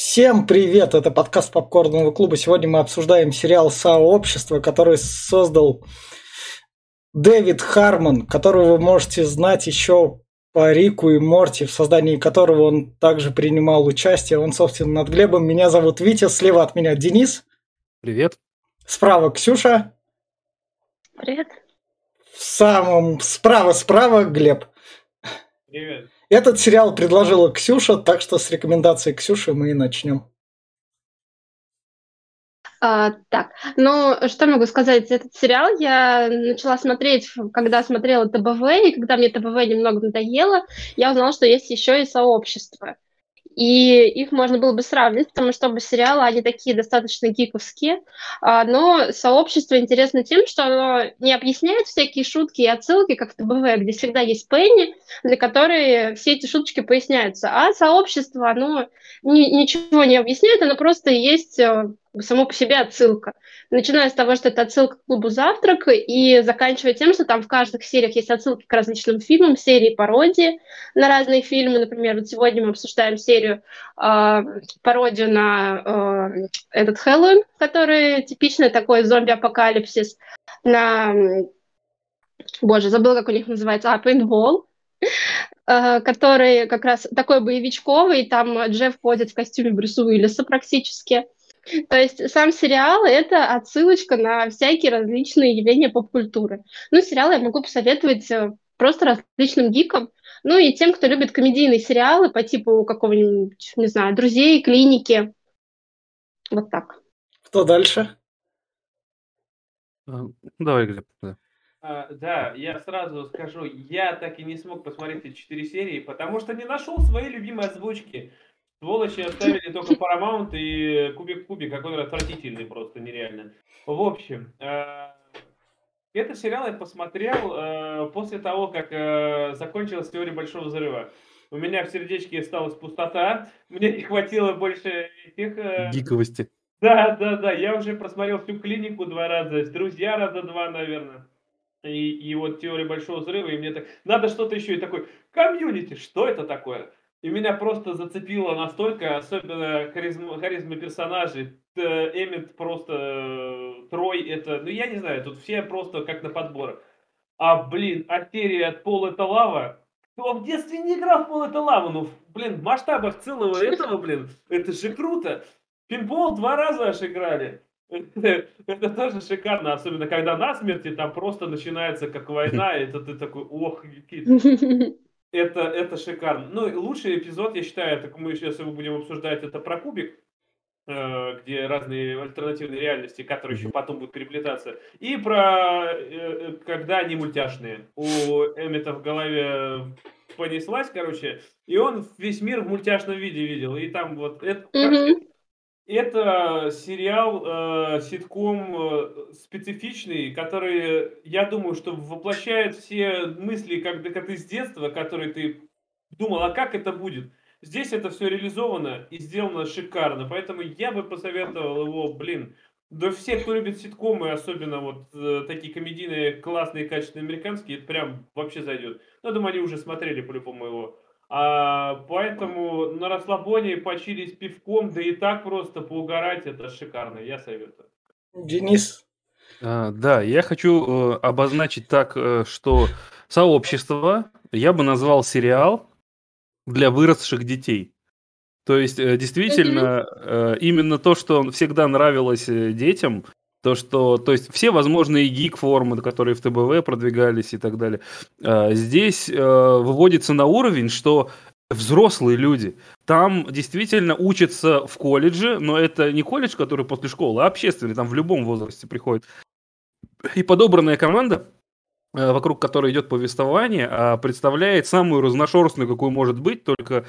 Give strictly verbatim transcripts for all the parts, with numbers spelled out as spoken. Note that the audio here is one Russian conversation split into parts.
Всем привет! Это подкаст Попкорного клуба. Сегодня мы обсуждаем сериал «Сообщество», который создал Дэвид Хармон, которого вы можете знать еще по Рику и Морти, в создании которого он также принимал участие. Он, собственно, над Глебом. Меня зовут Витя, слева от меня Денис. Привет. Справа Ксюша. Привет. В самом справа-справа Глеб. Привет. Этот сериал предложила Ксюша, так что с рекомендацией Ксюши мы и начнем. А, так, ну, что могу сказать? Этот сериал я начала смотреть, когда смотрела ТБВ, и когда мне ТБВ немного надоело, я узнала, что есть еще и «Сообщество». И их можно было бы сравнить, потому что оба сериала, они такие достаточно гиковские, а, но «Сообщество» интересно тем, что оно не объясняет всякие шутки и отсылки, как в ТБВ, где всегда есть Пенни, для которой все эти шуточки поясняются, а «Сообщество», оно ни- ничего не объясняет, оно просто есть э, само по себе отсылка. Начиная с того, что это отсылка к клубу «Завтрак», и заканчивая тем, что там в каждых сериях есть отсылки к различным фильмам, серии пародии на разные фильмы. Например, вот сегодня мы обсуждаем серию э, пародию на э, этот Хэллоуин, который типичный такой зомби-апокалипсис, на, боже, забыла, как у них называется, а, пейнтбол, э, который как раз такой боевичковый, там Джефф ходит в костюме Брюса Уиллиса практически. То есть сам сериал — это отсылочка на всякие различные явления поп-культуры. Ну, сериал я могу посоветовать э, просто различным гикам, ну и тем, кто любит комедийные сериалы по типу какого-нибудь, не знаю, «Друзей», «Клиники». Вот так. Кто дальше? А, Давай, Глеб. Да. А, да, я сразу скажу, я так и не смог посмотреть эти четыре серии, потому что не нашел своей любимой озвучки. Сволочи оставили только Paramount и Кубик-Кубик, какой он отвратительный, просто нереально. В общем, э, этот сериал я посмотрел э, после того, как э, закончилась «Теория Большого Взрыва». У меня в сердечке осталась пустота, мне не хватило больше этих... э, Гиковости. Да, да, да, я уже просмотрел всю «Клинику» два раза, «Друзья» раза два, наверное. И, и вот «Теория Большого Взрыва», и мне так, надо что-то еще, и такой, комьюнити, что это такое? И меня просто зацепило настолько, особенно харизма, харизма персонажей. Т- Эммет просто, э, Трой, это, ну я не знаю, тут все просто как на подбор. А, блин, а серия «Пол — это лава». Кто в детстве не играл в «Пол — это лава»? Ну, блин, в масштабах целого этого, блин, это же круто. Пинбол два раза аж играли. Это, это тоже шикарно, особенно когда насмерть, и там просто начинается как война, и это ты такой, ох, Кит. Это, это шикарно. Ну, и лучший эпизод, я считаю, это мы сейчас его будем обсуждать, это про кубик, э, где разные альтернативные реальности, которые еще потом будут переплетаться. И про, э, э, когда они мультяшные. У Эммета в голове понеслась, короче, и он весь мир в мультяшном виде видел. И там вот это... Мгм. Это сериал, э, ситком э, специфичный, который, я думаю, что воплощает все мысли, когда ты с детства, которые ты думал, а как это будет. Здесь это все реализовано и сделано шикарно, поэтому я бы посоветовал его, блин, да все, кто любит ситкомы, особенно вот э, такие комедийные, классные, качественные американские, это прям вообще зайдет. Ну, я думаю, они уже смотрели по-любому его. А, поэтому на расслабоне почили с пивком, да и так просто поугарать, это шикарно, я советую. Денис. А, Да, я хочу э, обозначить так, э, что «Сообщество» я бы назвал сериал для выросших детей. То есть, э, Мгм. действительно, э, именно то, что всегда нравилось э, детям, то, что, то есть, все возможные гик-формы, которые в ТБВ продвигались и так далее, э, здесь э, выводится на уровень, что взрослые люди там действительно учатся в колледже, но это не колледж, который после школы, а общественный, там в любом возрасте приходит. И подобранная команда, э, вокруг которой идет повествование, а, представляет самую разношерстную, какую может быть, только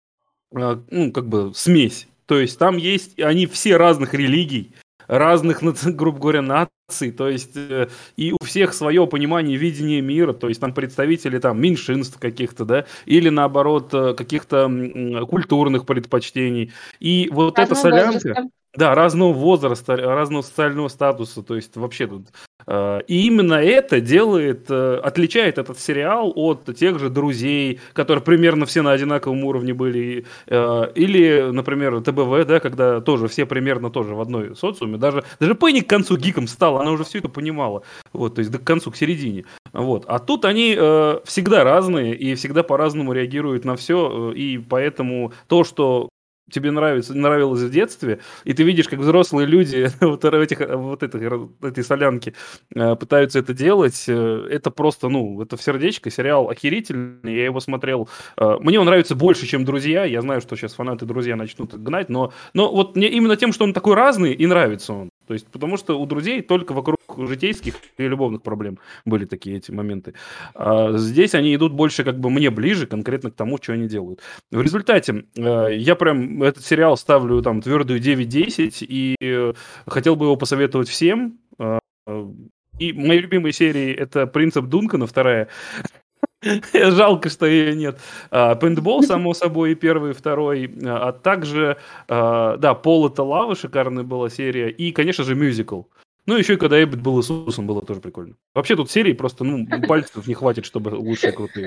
а, ну, как бы смесь. То есть там есть, они все разных религий, разных, наци- грубо говоря, наций, то есть э, и у всех свое понимание, видение мира, то есть там представители там меньшинств каких-то, да, или наоборот э, каких-то м, культурных предпочтений. И вот эта Разного солянка, возраста. да, разного возраста, разного социального статуса, то есть вообще тут И именно это делает, отличает этот сериал от тех же «Друзей», которые примерно все на одинаковом уровне были. Или, например, ТБВ, да, когда тоже все примерно тоже в одной социуме. Даже, даже Пенни к концу гиком стала, она уже все это понимала. Вот, то есть к концу, к середине. Вот. А тут они э, всегда разные и всегда по-разному реагируют на все. И поэтому то, что тебе нравится, нравилось в детстве, и ты видишь, как взрослые люди вот, этих, вот этой, этой солянки э, пытаются это делать, э, это просто, ну, это в сердечко, сериал охерительный, я его смотрел, э, мне он нравится больше, чем «Друзья», я знаю, что сейчас фанаты «Друзья» начнут гнать, но, но вот мне именно тем, что он такой разный, и нравится он. То есть, потому что у «Друзей» только вокруг житейских и любовных проблем были такие эти моменты. А здесь они идут больше как бы мне ближе конкретно к тому, что они делают. В результате э, я прям этот сериал ставлю там твердую девять-десять и э, хотел бы его посоветовать всем. Э, и мои любимые серии — это «Принцип Дункана», вторая. Жалко, что ее нет. Пейнтбол, само собой, и первый, и второй. А также, да, «Пол — это лава», шикарная была серия. И, конечно же, мюзикл. Ну, еще и когда Эббот был Иисусом, было тоже прикольно. Вообще тут серий просто, ну, пальцев не хватит, чтобы лучшие крутые.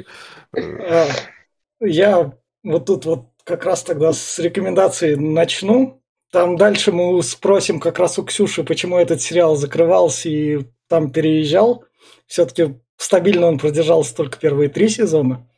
Я вот тут вот как раз тогда с рекомендацией начну. Там дальше мы спросим как раз у Ксюши, почему этот сериал закрывался и там переезжал. Все-таки стабильно он продержался только первые три сезона.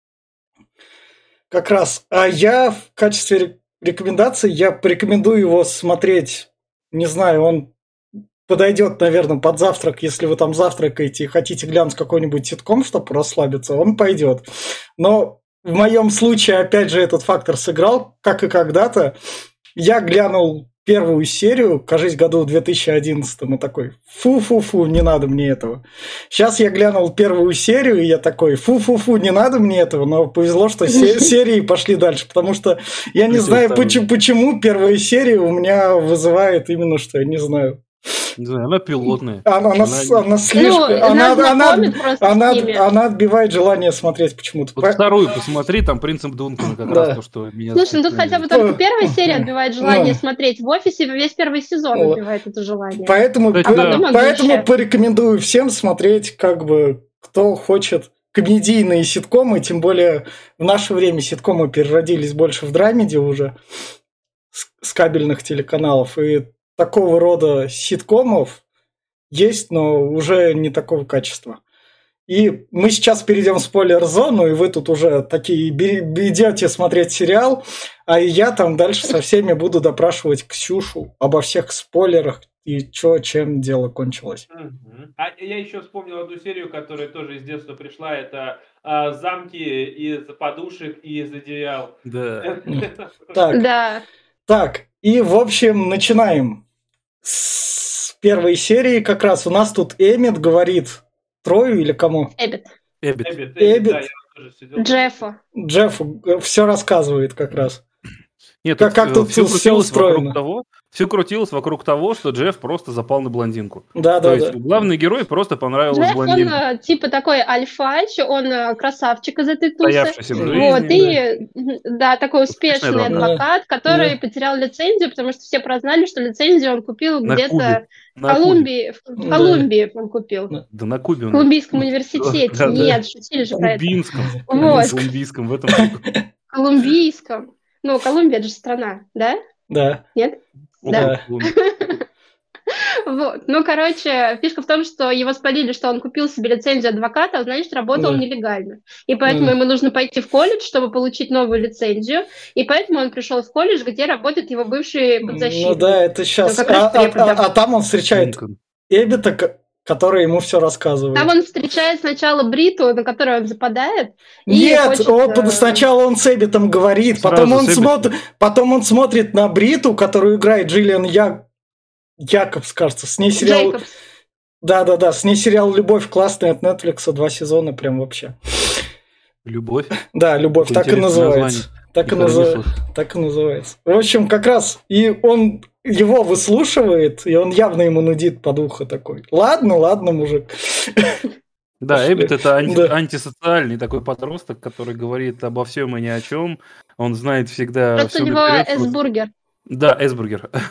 Как раз. А я в качестве рекомендации, я порекомендую его смотреть. Не знаю, он подойдет, наверное, под завтрак. Если вы там завтракаете и хотите глянуть какой-нибудь ситком, чтобы расслабиться, он пойдет. Но в моем случае, опять же, этот фактор сыграл, как и когда-то. Я глянул первую серию, кажется, году в две тысячи одиннадцатом, и такой, фу-фу-фу, не надо мне этого. Сейчас я глянул первую серию, и я такой, фу-фу-фу, не надо мне этого, но повезло, что серии пошли дальше, потому что я не знаю, почему первая серия у меня вызывает именно, что я не знаю. Не знаю, она пилотная. Она, она, она, она слишком... Ну, она, она, она, она отбивает желание смотреть почему-то. Вот вторую посмотри, там «Принцип Дункана» как да. раз то, что меня... Слушай, ну тут хотя бы только первая серия отбивает желание смотреть. В «Офисе» весь первый сезон вот. отбивает это желание. Поэтому, а да. поэтому порекомендую всем смотреть, как бы, кто хочет комедийные ситкомы, тем более в наше время ситкомы переродились больше в драмеди уже с, с кабельных телеканалов, и такого рода ситкомов есть, но уже не такого качества. И мы сейчас перейдем в спойлер-зону, и вы тут уже такие идете смотреть сериал, а я там дальше со всеми буду допрашивать Ксюшу обо всех спойлерах и чё, чем дело кончилось. Угу. А я еще вспомнил одну серию, которая тоже из детства пришла. Это а, замки из подушек и из одеял. Да. Так. Да. Так, и в общем начинаем с первой серии. Как раз у нас тут Эммет говорит Трою или кому? Эббот. Эббот. Эббот. Эббот. Да, я тоже сидел. Джеффу. Джеффу все рассказывает как раз. Нет, как, как тут все, все устроено. Того, все крутилось вокруг того, что Джефф просто запал на блондинку. Да, То да, есть да. главный герой просто понравилась Джефф, блондинка. он типа такой альфач, он красавчик из этой тусы. Стоявшийся в жизни, вот, да. И да, такой успешный Успешный адвокат, который Да. потерял лицензию, потому что все прознали, что лицензию он купил На где-то Кубе. в На Колумбии. В Да. Колумбии он купил. Да на Кубе В он. Колумбийском университете. Да, да. Нет, шутили же про это. Кубинском. Вот. Колумбийском в этом. Колумбийском. Ну, Колумбия, это же страна, да? Да. Нет? Да. Вот. Ну, короче, фишка в том, что его спалили, что он купил себе лицензию адвоката, а значит, работал Да. нелегально. И поэтому Да. ему нужно пойти в колледж, чтобы получить новую лицензию. И поэтому он пришел в колледж, где работает его бывший подзащитный. Ну да, это сейчас. Ну, как а, раз а- преподав- а- а там он встречает Эббета, ко- который ему все рассказывает. Там он встречает сначала Бриту, на которую он западает. и Нет, хочет, он, э, сначала он с Эббетом говорит, Сразу потом он, с Эббетом. смотр, потом он смотрит на Бриту, которую играет Джиллиан Я... Якобс, кажется. С ней сериал... Джейкобс. Да-да-да, с ней сериал «Любовь» классный от Netflix, два сезона прям вообще. Любовь. Да, «Любовь», Какое так и интересное называется. Так и, Никогда не назыв- слышал. так и называется. В общем, как раз и он его выслушивает, и он явно ему нудит под ухо такой. Ладно, ладно, мужик. Да, Эббот это анти- Да. антисоциальный такой подросток, который говорит обо всем и ни о чем. Он знает всегда Просто всё у него наперёд. Эсбургер. Да, Эсбургер. Да.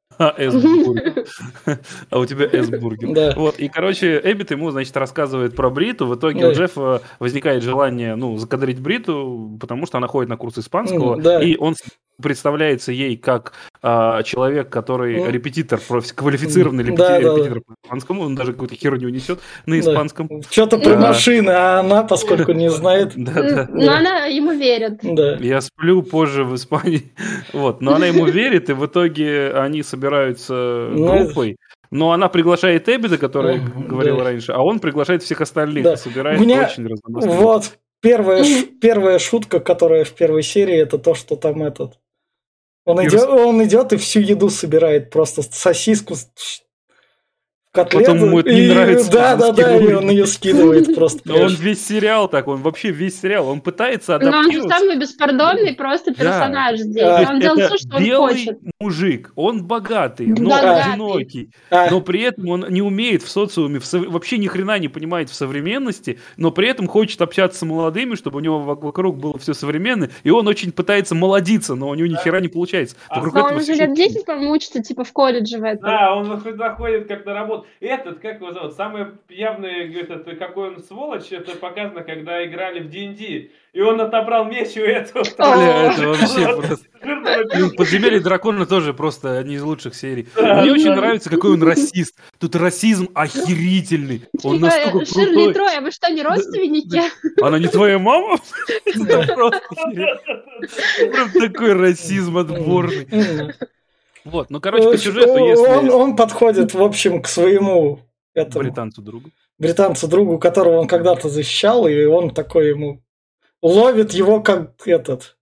А, С-бургер. А у тебя С-бургер. Да. Вот, и, короче, Эббит ему, значит, рассказывает про Бриту. В итоге Да. у Джеффа возникает желание, ну, закадрить Бриту, потому что она ходит на курс испанского, М, да. и он представляется ей как а, человек, который М. репетитор, профи- квалифицированный М, репети- да, да, да. репетитор по испанскому, он даже какую-то херню несет на Да. испанском. Что-то про А. машины, а она, поскольку не знает. Да, М, да. Но она ему верит. Да. Я сплю позже в Испании. Вот. Но она ему верит, и в итоге они собираются Ну, группой. Но она приглашает Эббита, который Ага, говорил да. раньше, а он приглашает всех остальных Да. и собирает У меня очень разномастные. Вот первая, ш- первая шутка, которая в первой серии, это то, что там этот. Он Пирс. идет, он идет и всю еду собирает, просто сосиску, с- котлету. Потом ему это не и- нравится, Да, он да, да, и скидывает. он ее скидывает просто. Но он весь сериал так, он вообще весь сериал, он пытается Но он же адаптироваться. самый беспардонный просто Да. персонаж здесь. А, Он делает Это все, что он белый хочет. мужик, он богатый, но Богатый. одинокий, А, но при этом он не умеет в социуме, в сов- вообще ни хрена не понимает в современности, но при этом хочет общаться с молодыми, чтобы у него вок- вокруг было все современное, и он очень пытается молодиться, но у него ни хера не получается. А, Вокруг Но этого он уже все лет десять, по-моему, учится, типа, в колледже в этом. Да, он вот заходит как на работу. Этот, как его зовут, самый явный, этот, какой он сволочь, это показано, когда играли в ди энд ди. И он отобрал меч у этого. Бля, О. это вообще просто... жирного Блин, «Подземелье дракона» тоже просто одни из лучших серий. Да. Мне очень нравится, какой он расист. Тут расизм охерительный. Он Типа, настолько Ширли крутой. Трой, а вы что, не родственники? Она не твоя мама? Это просто охеренно. Прям такой расизм отборный. м. Вот, ну, короче, по сюжету, он, если... он подходит, в общем, к своему этому Британцу другу. британцу другу, которого он когда-то защищал, и он такой ему ловит его как этот.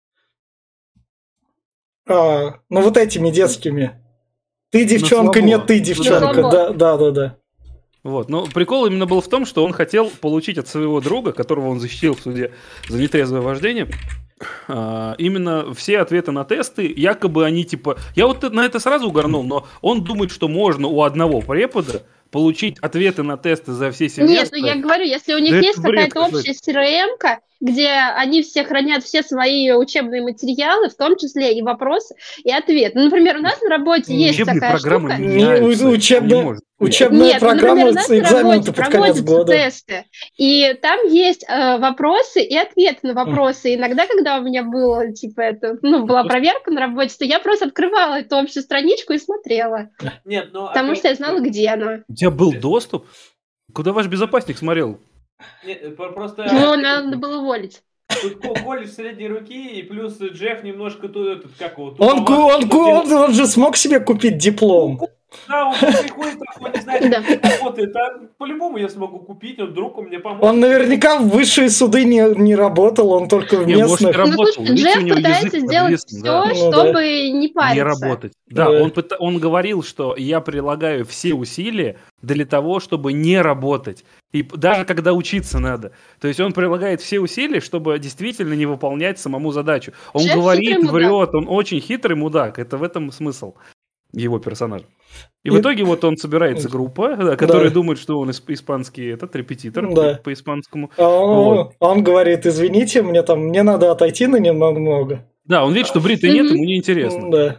А, ну вот этими детскими. Ты девчонка, слабо. нет, ты На девчонка. слабо. Да, да, да, да. Вот, но прикол именно был в том, что он хотел получить от своего друга, которого он защитил в суде за нетрезвое вождение, а, именно все ответы на тесты, якобы они типа... Я вот на это сразу угорнул, но он думает, что можно у одного препода получить ответы на тесты за все Нет, семестры. ну я говорю, если у них Да это есть бред какая-то какой-то. общая си эр эм-ка, где они все хранят все свои учебные материалы, в том числе и вопросы, и ответы. Ну, например, у нас на работе есть Учебные такая программы штука. Не, меняются. у- учебная- Не может быть. Учебная Нет, ну, программа например, у нас с на экзаменом работе под конец проводятся года. тесты, и там есть э, вопросы и ответы на вопросы. И иногда, когда у меня было, типа, это, ну, была проверка на работе, то я просто открывала эту общую страничку и смотрела, Нет, ну... потому опять- что я знала, где она. У тебя был доступ? Куда ваш безопасник смотрел? Нет, про- просто... Его надо было уволить. Тут ко- колледж средней руки, и плюс Джефф немножко тут, этот, как его... Он, туповатый, gu- он, что gu- делает. он, он же смог себе купить диплом. Да, он тут приходит, он не знает, Да. как работает. А по-любому я смогу купить, он вдруг он мне поможет. Он наверняка в высшие суды не, не работал, он только в Не, может, местных. и Ну, работал. слушай, Видите, у Джефф него пытается язык сделать подвесный, все, да. Ну, чтобы не париться. Не работать. Да, Да. Он, пыта- он говорил, что я прилагаю все усилия для того, чтобы не работать. И п- даже когда учиться надо. То есть он прилагает все усилия, чтобы действительно не выполнять самому задачу. Он Джефф говорит, хитрый мудак. врет, он очень хитрый мудак. Это в этом смысл его персонажа. И в И- итоге вот он собирается группа, да, которая Да. думает, что он исп- испанский этот репетитор Да. по испанскому. А он, Вот. он говорит, извините, мне там, мне надо отойти на немного. Да, он видит, что Бриты нет, Мгм. ему неинтересно. Да.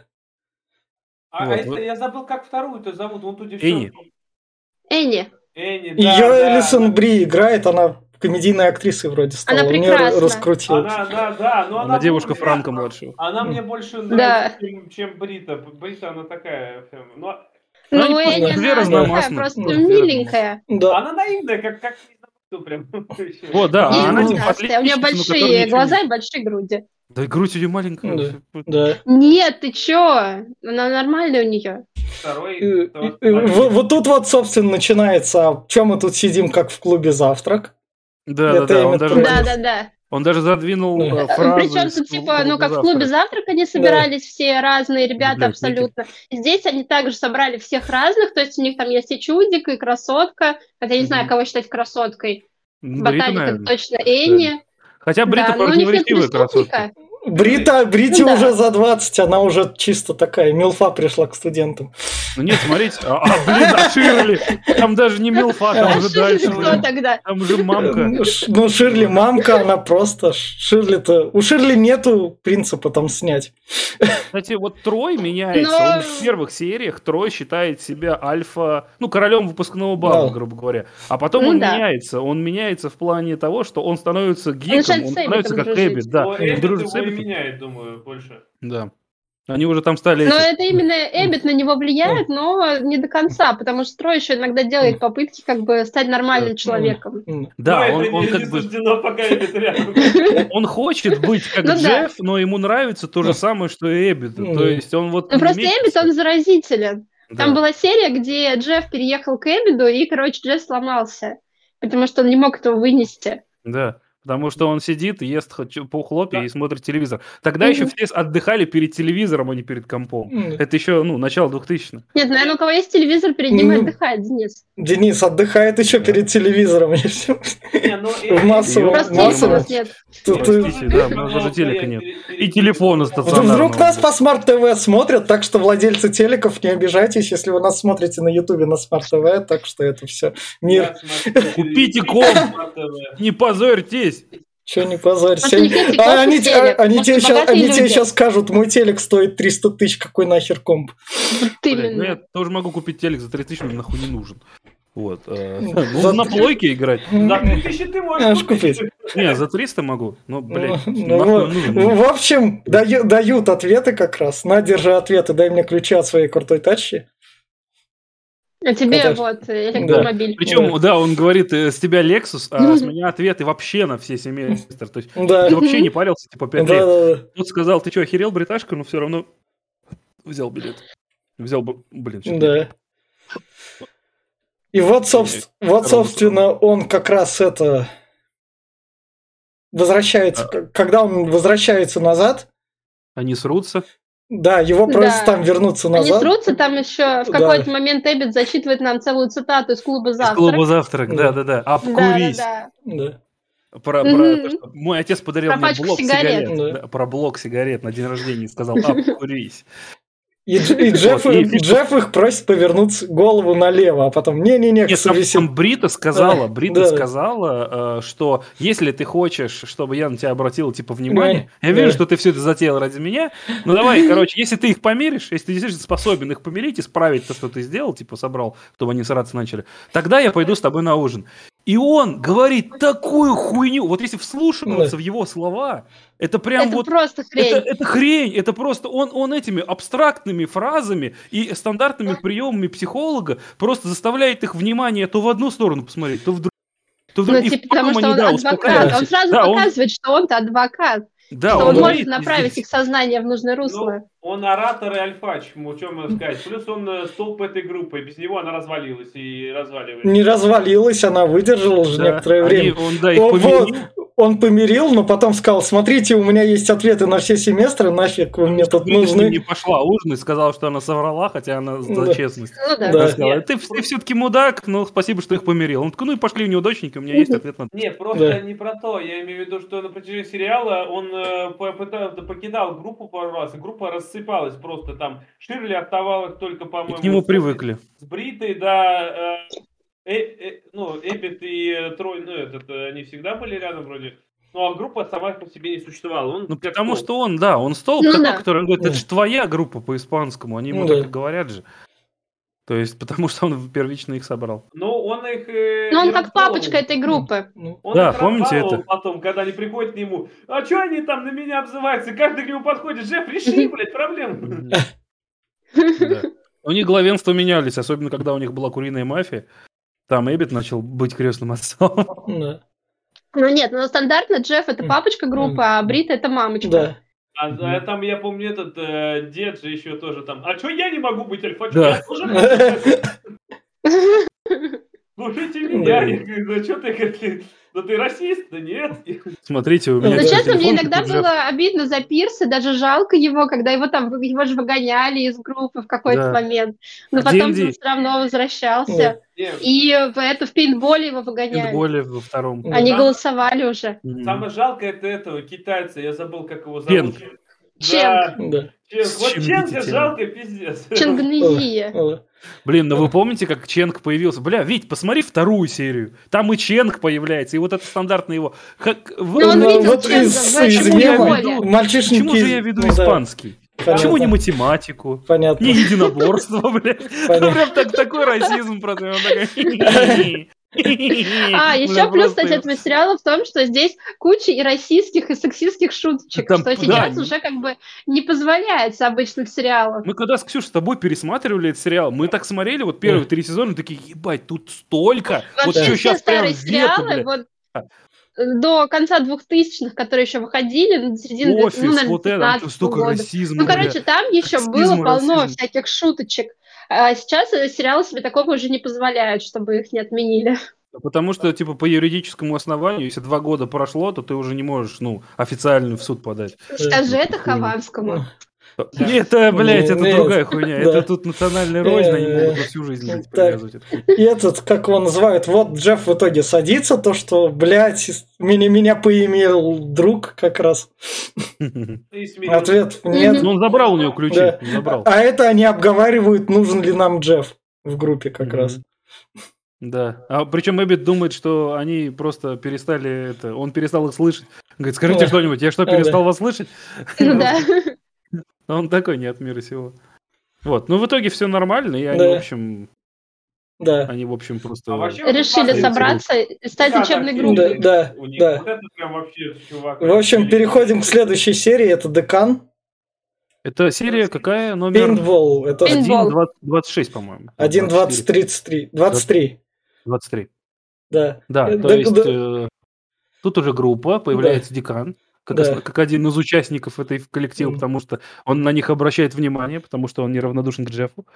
А, Вот, а если вот. я забыл, как вторую-то зовут, вон ту Энни. девчонку. Энни. Энни, да, Ее да. Элисон Бри играет, она комедийной актрисой вроде стала. Она У нее прекрасна. раскрутилась. Она, да, да, но она... Она девушка мне- Франка младшего. Она мне больше Да. нравится, чем, чем Брита. Брита, она такая... прям, Ну, Ну, Ну, они Энни, две она такая разномастные. просто Ну, две миленькая. Да. она наивная, как, как не знаю, кто прям. Вот, да, И а она ну, типа ужасная. У нее отличница, но которая большие ничего не- глаза и большие груди. Да и грудь у нее маленькая. Да. Да. Нет, ты чё? Она нормальная у нее. Второй... И- второй- и- Вот, вот тут вот, собственно, начинается, а чем мы тут сидим, как в клубе «Завтрак». Да, да, Это да. Он именно даже, про- Да, да, да. он даже задвинул Да. э, фразу. Причем из тут, типа, клуба ну, как в «Завтрак». клубе «Завтрак» они собирались все разные ребята Библиотеки. абсолютно. Здесь они также собрали всех разных, то есть у них там есть и чудик, и красотка. Хотя я не Мгм. знаю, кого считать красоткой. Ну, Брита, Ботаник это наверное. точно Энни. Хотя Брита Да, но у них нет противоречивая красотка. преступника. Брита, Брите Ну да. уже за двадцать, она уже чисто такая, милфа пришла к студентам. Ну нет, смотрите, а, а, блин, а Ширли? Там даже не Милфа, там А уже Ширли дальше. кто блин. тогда? Там уже мамка. Ну, Ш- Ну, Ширли мамка, она просто... Ширли-то... У Ширли нету принципа там снять. Кстати, вот Трой меняется. Но- Он в первых сериях Трой считает себя альфа, ну, королем выпускного бала, Да. грубо говоря. А потом Ну он да. меняется. Он меняется в плане того, что он становится гиком, начинает он с становится Эббитом как дружить. Эббит. Да, Но Эббит дружит с его и Эббитом. меняет, думаю, больше. Да. Они уже там стали... Но эти- это именно Эббит на него влияет, но не до конца, потому что Трой еще иногда делает попытки как бы стать нормальным человеком. М. Да, Но он, это он не, как не бы... суждено, пока Эббит рядом. Он хочет быть как Ну да. Джефф, но ему нравится то же самое, что и Эббиту. Ну. То есть он вот... Ну не просто имеет- Эббит, он заразителен. Да. Там была серия, где Джефф переехал к Эббиту, и, короче, Джефф сломался, потому что он не мог этого вынести. Да, потому что он сидит, ест хоть по хлопья Да. и смотрит телевизор. Тогда Мгм. еще все отдыхали перед телевизором, а не перед компом. М. Это еще, ну, начало двухтысячных. Нет, наверное, у кого есть телевизор, перед ним и Ну. отдыхает, Денис. Денис отдыхает еще перед телевизором. и всё. Не, ну, В массовом- Просто массово. телека у нас нет. Тут, Простите, э, да, у нас даже телека нет. И телефона Вдруг стационарного. вдруг нас по смарт-ТВ смотрят, так что владельцы телеков, не обижайтесь, если вы нас смотрите на Ютубе на смарт-ТВ, так что это все мир. Купите комп. Не позорьтесь. Че не позорься. Может, у них есть и А они, классный те- телек. они Может, тебе и сейчас, богатые они тебе люди. сейчас скажут, мой телек стоит триста тысяч, какой нахер комп. Вот Блин, ну именно. я тоже могу купить телек за три тысячи, мне нахуй не нужен. Вот. э, За- Ну, на плойке играть. За три тысячи ты Аж можешь купить. купить. Не, за триста могу. Ну, блядь, Ну, нахуй вот. нужен. Ну, в общем, даю- дают ответы как раз. На, держи ответы, дай мне ключи от своей крутой тачки. А тебе Конечно. вот э, электромобиль. Причем, Да. да, он говорит, э, с тебя Lexus, а с меня ответы вообще на все семестры. То есть Да. ты вообще не парился, типа, пять Да, лет. да, да. Тут сказал, ты что, охерел, бриташка? Но все равно взял билет. Взял бы, блин, чё-то Да. И вот, собс- вот, собственно, он как раз это возвращается, к- когда он возвращается назад, Они срутся. да, его Да. просят там вернуться Они назад. срутся, там еще в Да. какой-то момент Эббит зачитывает нам целую цитату из клуба Из «Завтрак». клуба завтрак, Да. да-да-да. Обкурись. Да, Да. Про, про Мгм. то, что мой отец подарил Про мне пачку блок сигарет. сигарет. Да. Да, про блок сигарет на день рождения и сказал, обкурись. И, Дж- и Джефф, Вот, и фишка- Джефф их просит повернуть голову налево, а потом не-не-не, Нет, там, совеси- там Брита сказала, Да, Брита да. сказала, э, что если ты хочешь, чтобы я на тебя обратил типа внимание, Да, я вижу, да. что ты все это затеял ради меня, ну давай, короче, если ты их помиришь, если ты действительно способен их помирить, исправить то, что ты сделал, типа собрал, чтобы они сраться начали, тогда я пойду с тобой на ужин. И он говорит такую хуйню, вот если вслушиваться Да. в его слова, это прям это вот... просто хрень. Это, это хрень, это просто он, он этими абстрактными фразами и стандартными приемами психолога просто заставляет их внимание то в одну сторону посмотреть, то в другую. То в Ну, другую. И типа, потому потом что они, он да, адвокат. успокаиваются. Он сразу Да, он- показывает, что он-то адвокат. да, что он он, говорит может направить здесь. их сознание в нужное русло. Ну, он оратор и альфач, ему что можно сказать. Плюс он э, столб этой группы, без него она развалилась и разваливается. Не развалилась, она выдержала уже Да, некоторое они- время. Он, да, их О, помирил. вот, он помирил, но потом сказал, смотрите, у меня есть ответы на все семестры, нафиг вы мне тут Брита с ним не нужны. пошла ужинать, сказала, что она соврала, хотя она за Да. честность. Ну да. Да. Она сказала, Нет. ты, ты все-таки мудак, но спасибо, что их помирил. Он такой, ну и пошли неудачники, у меня есть ответ на... Не, просто Да. не про то. Я имею в виду, что на протяжении сериала он э, попытался, покидал группу пару раз, и группа рассыпалась просто там. Ширли оставалась только, И по-моему... к нему с- привыкли. С Бритой, да. э, э, э, ну, Эббит и э, Трой, ну, этот, э, они всегда были рядом вроде. Ну, а группа сама по себе не существовала. Он Ну, как потому столб. что он, да, он столб Ну такой, да. который, он говорит, это Да. же твоя группа по-испанскому, они ему Ну так да. и говорят же. То есть, потому что он первично их собрал. Ну, он их... э, Ну, он не как раздавал. папочка этой группы. Ну, Он Да, их помните раздавал это? потом, когда они приходят к нему. А что они там на меня обзываются? Каждый к нему подходит. Джефф, реши, блядь, проблему. Да. У них главенства менялись, особенно когда у них была куриная мафия. Там Эббит начал быть крестным отцом. да. Ну нет, ну стандартно Джефф это папочка группы, а Брита это мамочка. Да. А, Мгм. а там, я помню, этот э, дед же еще тоже там. А что я не могу быть альфачом? Да. Я тоже могу. Слушайте меня. Да. Я говорю, ну что ты, говорит, ну ты расист? Да нет. Смотрите, у Ну, меня... Но да. честно, мне телефон, иногда тут Джефф. было обидно за Пирса, даже жалко его, когда его там, его же выгоняли из группы в какой-то Да. момент. Но В потом ди энд ди. он все равно возвращался. Да. Не, И в это в пейнтболе его выгоняли. Пейнтболе во втором. Они Да. голосовали уже. Мгм. Самое жалкое это этого китайца. Я забыл, как его Пенк. зовут. Ченг. Да. Ченг. Вот Щемите Ченга тему. жалко, пиздец. Ченгнезия. О, Блин, ну вы помните, как Ченг появился? Бля, Вить, посмотри вторую серию. Там и Ченг появляется, и вот это стандартно его. Как, вы- Ну, он ну, видел вот Ченга из, в этом из Почему я мема веду- мальчишники... Почему же я веду ну, да, испанский? понятно. Почему не математику? Понятно. Не единоборство, блядь. Понятно. Прям так, такой расизм просто. Он такой... А, еще Бля, плюс, просто кстати, этого сериала в том, что здесь куча и расистских, и сексистских шуточек, Там, что да, сейчас не- уже как бы не позволяется обычных сериалов. Мы когда с Ксюшей с тобой пересматривали этот сериал, мы так смотрели, вот первые три сезона, такие, ебать, тут столько. Вот Вообще что все сейчас прям старые вето, сериалы, блядь. вот до конца двухтысячных, которые еще выходили, ну, до середины, ну, Офис, наверное, вот это, там пятнадцатого столько года. расизма, Ну, бля. короче, там еще Сексизм, было полно расизм. всяких шуточек. А сейчас э, сериалы себе такого уже не позволяют, чтобы их не отменили. Потому что, типа, по юридическому основанию, если два года прошло, то ты уже не можешь, ну, официально в суд подать. Скажи это хуйня. Хованскому. Это, блядь, это Нет, другая хуйня. да. Это тут национальная рознь, они Э, могут на всю жизнь, блядь, так. привязывать эту хуйню. И этот, как его называют, вот Джефф в итоге садится, то, что, блядь, меня, меня поимел друг как раз. И смеются. Ответ нет. Ну, он забрал у него ключи, Да. он забрал. А это они обговаривают, нужен ли нам Джефф в группе как Мгм. раз. Да. А причем Эббит думает, что они просто перестали это. Он перестал их слышать. Говорит, скажите Да. что-нибудь, я что, Да, перестал да. вас слышать? Ну да. А он такой, не от мира сего. Вот. Ну, в итоге все нормально, и они, Да. в общем, Да. они, в общем, просто. А вообще, вот Решили классные собраться и стать Да, учебной да, группой. Да, у них. да. Вот это прям вообще чувак. В общем, переходим к следующей серии. Это Декан. Это серия какая? Номер Пейнтбол. Это Пейнт- один двадцать шесть, по-моему. один двадцать тридцать три. двадцать три. двадцать три. Да. Да, Э, то да, есть да. э, тут уже группа, появляется декан, как, Да. ос- как один из участников этой коллектива, Мгм. потому что он на них обращает внимание, потому что он неравнодушен к Джеффу.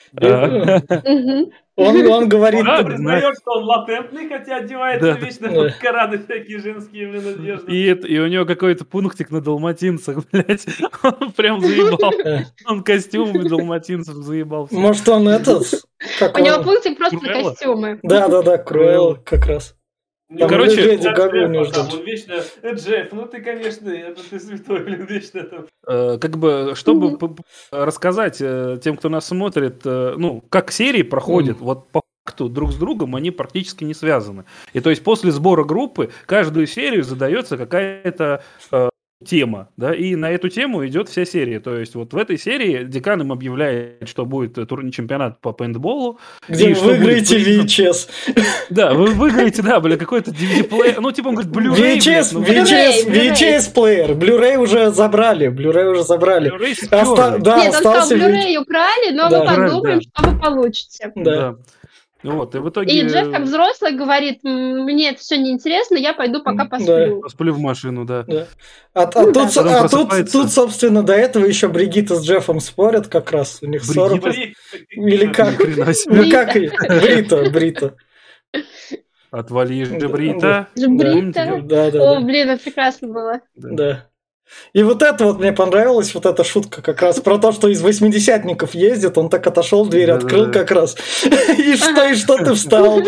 Э, А, Мгм. Он, он говорит... Да, Он признает, что он латентный, хотя одевается Да. вечно Да. в караны всякие женские, блин, одежды. И, это- и у него какой-то пунктик на далматинцах, блядь. Он прям заебал. э, Он костюмами далматинцев заебал. всех. Может, он этот... Как У него он- пунктик просто на Круэлла? костюмы. Да, да, да, Круэлл как раз. Ну, короче, Джефф, Леди Гагу Джефф, у него там, ждут. Он вечно, «Э, Джефф, ну ты, конечно, это ты святой, блин, вечно там. Э, Как бы, чтобы п- п- рассказать э, тем, кто нас смотрит, э, ну, как серии проходят, Мгм. вот по факту друг с другом они практически не связаны. И то есть после сбора группы каждую серию задается какая-то э, тема, да, и на эту тему идет вся серия. То есть вот в этой серии декан им объявляет, что будет э, турнир чемпионат по пейнтболу. Где и вы что будет выиграете признан- ви эйч эс. Да, вы выиграете, да, бля, какой-то ди ви ди-плеер. Ну, типа, он говорит, Blu-ray, ви эйч эс, блядь, ну, ви эйч эс, Blu-ray, ви эйч эс плеер. Blu-ray уже забрали. Blu-ray уже забрали. Blu-ray Оста- сперли. Да, Нет, он сказал, остался ви эйч эс. Blu-ray украли, но Да. мы Украли, подумаем, да. что вы получите. Да. Да. Вот, и в итоге... И Джефф, как взрослый, говорит, «М, мне это все неинтересно, я пойду пока Да. посплю. Посплю в машину, да. Да. А, а Ну тут, да. со- Потом а тут, просыпается. тут, собственно, до этого еще Бригитта с Джеффом спорят как раз. У них ссора. Бригитта? Блин, Или как? Ни хрена себе. Ну как и Брита, Брита. Отвали же, Да, Брита. Же Да. Брита. Да, да, О, да. блин, это прекрасно было. Да. И вот это вот мне понравилось, вот эта шутка как раз про то, что из восьмидесятников ездит, он так отошел, дверь Да-да-да. открыл как раз. И что, и что ты встал?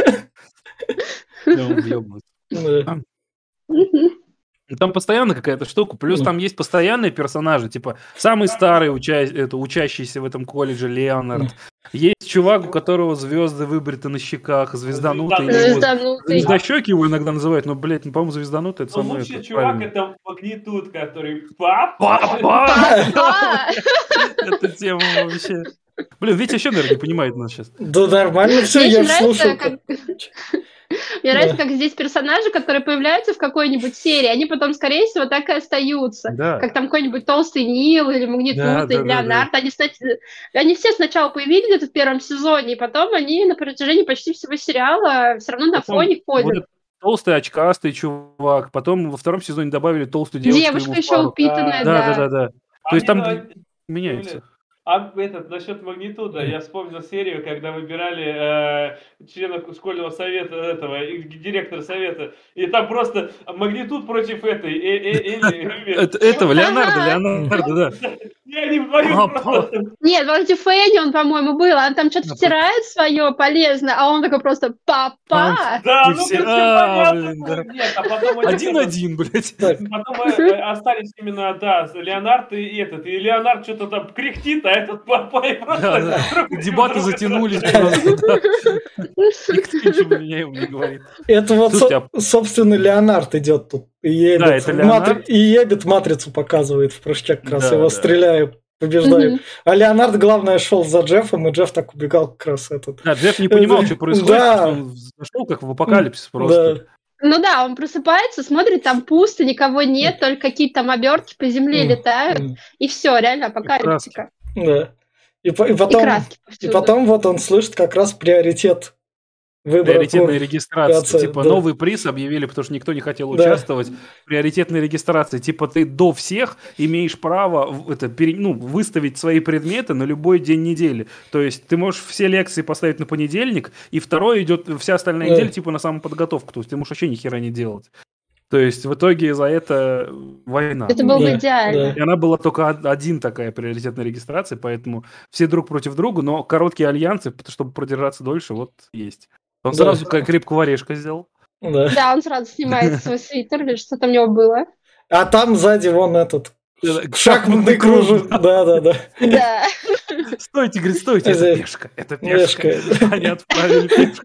Да, он въебывается. Да. Мгм. Там постоянно какая-то штука, плюс Ну. там есть постоянные персонажи, типа самый старый уча- это, учащийся в этом колледже Леонард. Есть чувак, у которого звезды выбриты на щеках, звезданутый. Звезда- или вот- Звезданутый. Звездощеки его иногда называют, но, блядь, ну, по-моему, звезданутый это Ну, самое лучший это чувак правильно. это магнитуд, который папа. Папа! Папа! Эта тема вообще. Блин, Витя еще, наверное, не понимает нас сейчас. Да нормально все, Мне я очень нравится, слушаю. как... Мне нравится, Да. как здесь персонажи, которые появляются в какой-нибудь серии, они потом, скорее всего, так и остаются. Да. Как там какой-нибудь толстый Нил или Магнитут, Да, или да, да, Леонард. Они, кстати, они все сначала появились где-то в первом сезоне, и потом они на протяжении почти всего сериала все равно на Потом фоне вот ходят. этот толстый очкастый чувак, потом во втором сезоне добавили толстую девочку. Девушка ему в еще пару. упитанная, Да, да, да. да, да. То А есть мне там нравится- меняется. А этот, насчет магнитуда, я вспомнил серию, когда выбирали э, члена школьного совета этого, и директора совета, и там просто магнитуд против этой, э, э, Эли, Это- Этого, Леонардо, Ага. Леонардо, да. И они вдвоем Папа. просто... Нет, вроде Фенни он, по-моему, был. Она там что-то А, втирает свое полезное, а он такой просто «папа». Да, И ну все, тут всё а, понятно. блин, да. Нет, а потом они это- Один-один, блядь. Так, Потом э, э, остались именно, да, с- Леонард и этот. И Леонард что-то там кряхтит, а этот папа и просто... Да, да. друг против Дебаты друга затянулись сражаются. просто, да. Никто ничего меняемого не говорит. это вот, Слушайте, со- собственно, Леонард идет тут. И ебет, Да, это Леонард. матри- и ебет матрицу показывает в прыжке как раз. Да, Его да. стреляют, побеждают. Мгм. А Леонард, главное, шел за Джеффом, и Джефф так убегал как раз этот. Да, Джефф не понимал, Это- что происходит, да. потому что он зашел как в апокалипсис просто. Да. Ну да, он просыпается, смотрит, там пусто, никого нет, только какие-то там обертки по земле М, летают, м, и все, реально апокалиптика. Да. И, по- и И потом, краски и повсюду. потом вот он слышит как раз приоритет выбора. Приоритетная кур- регистрация. регистрация, Типа да. новый приз объявили, потому что никто не хотел Да. участвовать. Приоритетная регистрация. Типа ты до всех имеешь право в- это, пере- ну, выставить свои предметы на любой день недели. То есть ты можешь все лекции поставить на понедельник, и второй идет вся остальная Да. неделя типа на самоподготовку. То есть ты можешь вообще ни хера не делать. То есть в итоге за это война. Это было бы Да, идеально. да. И она была только од- один такая приоритетная регистрация, поэтому все друг против друга, но короткие альянсы, п- чтобы продержаться дольше, вот есть. Он Да. сразу как крепкого орешка сделал. Да. Да, он сразу снимает свой свитер, или что там у него было. А там сзади вон этот Шахматный шахматный кружок. Да, да, да. Да. Стойте, говорит, стойте, это Это пешка, это пешка. Мешка. Они отправили пешку.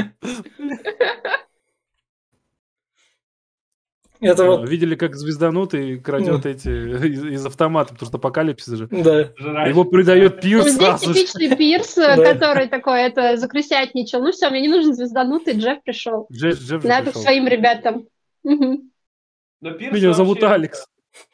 Это вот, Видели, как звезданутый крадет эти из, из автомата, потому что апокалипсис же. да. Жрать. Его придает Ну, Пирс здесь сразу же. типичный Пирс, Да. который такой это закрысятничал. Ну все, мне не нужен звезданутый, Джефф пришел. Джефф, Джефф же Надо к пришел. своим ребятам. Мгм. Но Пирс Меня зовут вообще- Алекс.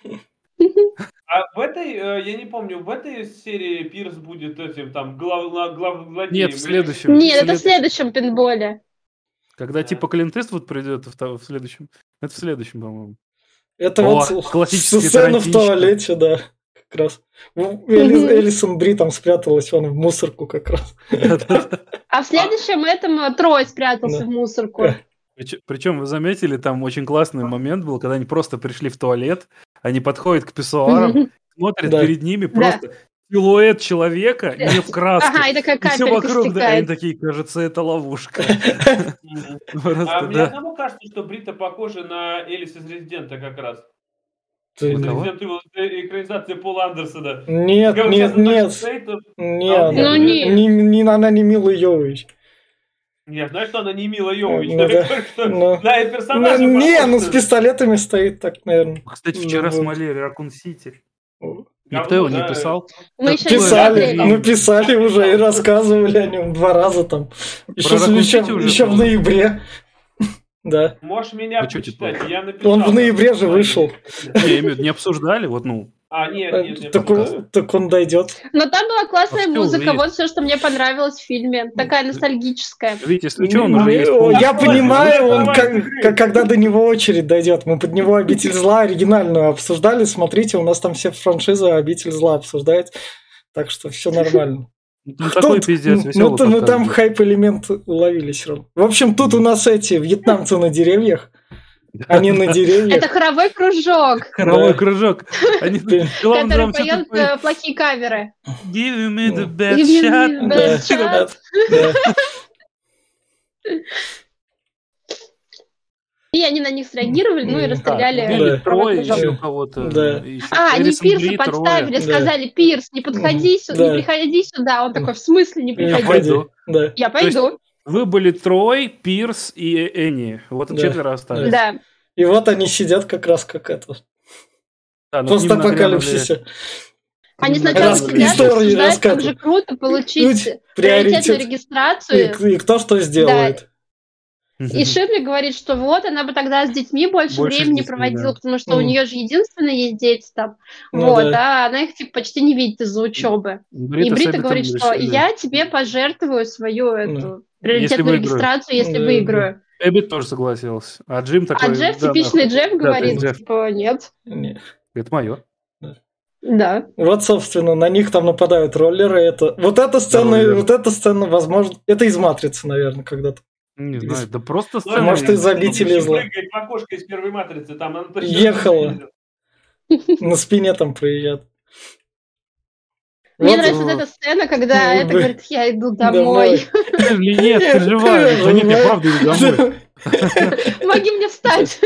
А в этой, э, я не помню, в этой серии Пирс будет этим там глав, глав, главзлодеем? Нет, в или- следующем. Нет, это в След- следующем пинболе. Когда Да. типа Клинт Иствуд придет в, та- в следующем. Это в следующем, по-моему. Это О, вот классическая сцена в тарантинщина. туалете, да. Как раз. Ну, Эли- Элисон Бри там спряталась, он в мусорку как раз. А в следующем этом э, Трой спрятался Да. в мусорку. Да. Причем, вы заметили, там очень классный момент был, когда они просто пришли в туалет, они подходят к писсуарам, Мгм. смотрят Да. перед ними просто силуэт человека, не в краске. Ага, и такая И все капелька вокруг, да, и они стекает. такие, кажется, это ловушка. Мгм. Просто, А мне да. одному кажется, что Брита похожа на Элис из Резидента как раз. Ты- Из кого? Resident Evil, э, экранизации Пола Андерсона. Нет, Когда он нет, сейчас на нет. Dark Side, то- Нет, Ну, не, нет. не- она не Мила Йовович. Я знаю, что она не Мила Йовович, Ну, но да. только что Ну. на персонажа Ну, не, похож. ну с пистолетами стоит так, наверное. Кстати, вчера Ну, смотрели Ракун Сити. Говно, Никто его не да. писал. Мы еще не Писали, смотрели. ну писали уже и рассказывали о нем два раза там. Еще, Ракун еще, Сити уже еще в было? ноябре. Да. Можешь меня Вы чё, почитать, типа? я написал. Он в ноябре же вышел. Не, я имею в виду, не обсуждали, вот, ну, А, нет, нет, нет. Так, он- так он дойдет. Но там была классная А всё музыка, есть. вот все, что мне понравилось в фильме. Такая ностальгическая. видите, если что, он уже есть. Ну, полностью. я понимаю, он Давай, как- давай. как- когда до него очередь дойдет. Мы под него «Обитель зла» оригинальную обсуждали. Смотрите, у нас там все франшизы «Обитель зла» обсуждает. Так что все нормально. Ну, такой Тут- пиздец, ну, веселый то- ну, подкаст там был. хайп-элемент уловили все равно. В общем, тут у нас эти вьетнамцы на деревьях. Они на деревьях. Это хоровой кружок, Хоровой Да. кружок. Они, Ты- главное, который там всё поет такое, э, плохие каверы. Give me the Ну. best Give me shot. the Да. best shot. Да. И они на них среагировали, ну и М, расстреляли. Убили Да. Трое, кружок. еще Да. кого-то. Да. и еще А, они Элисон Пирса Бри, Трое. подставили, Да. сказали: Пирс, не подходи сюда, Да. не приходи сюда. Он такой: в смысле не Не приходи? пойду. Да. Я То есть- пойду. Вы были Трой, Пирс и Энни. Вот Да. четверо остались. Да. И вот они сидят как раз как это. Да, но к ним Постапокалипсисе. Они нагрянули- сначала Рас- сидят, истории обсуждают, как рассказывают. же круто получить Приоритет. приоритетную И, регистрацию. и кто что сделает. И Ширли говорит, что вот она бы тогда с детьми больше, Больше с времени детьми, проводила, да. потому что у Мгм. нее же единственные есть дети там. Ну вот, да. а она их типа почти не видит из-за учебы. Брита И с Брита Эббитом говорит, что решили. я тебе пожертвую свою эту приоритетную выиграю. регистрацию, если Да, выиграю. Эббит тоже согласился. А Джим такой... А Джефф, да, типичный нахуй. Джефф, Да, говорит, ты Джефф. типа, нет. Не. Это мое. Да. Вот, собственно, на них там нападают роллеры. Это... Вот эта сцена, Роллеры. вот эта сцена, возможно, это из «Матрицы», наверное, когда-то. Не Из- знаю, да просто Ну, сцена. может, из «Обители Прыгает зла». в окошко из первой матрицы, там она точно Ехала. не видит. На спине там проезжают. Мне Вот. нравится вот эта сцена, когда Ну, это да. говорит, я иду Домой. домой. Нет, ты живая. Да нет, я правда иду домой. Помоги мне встать.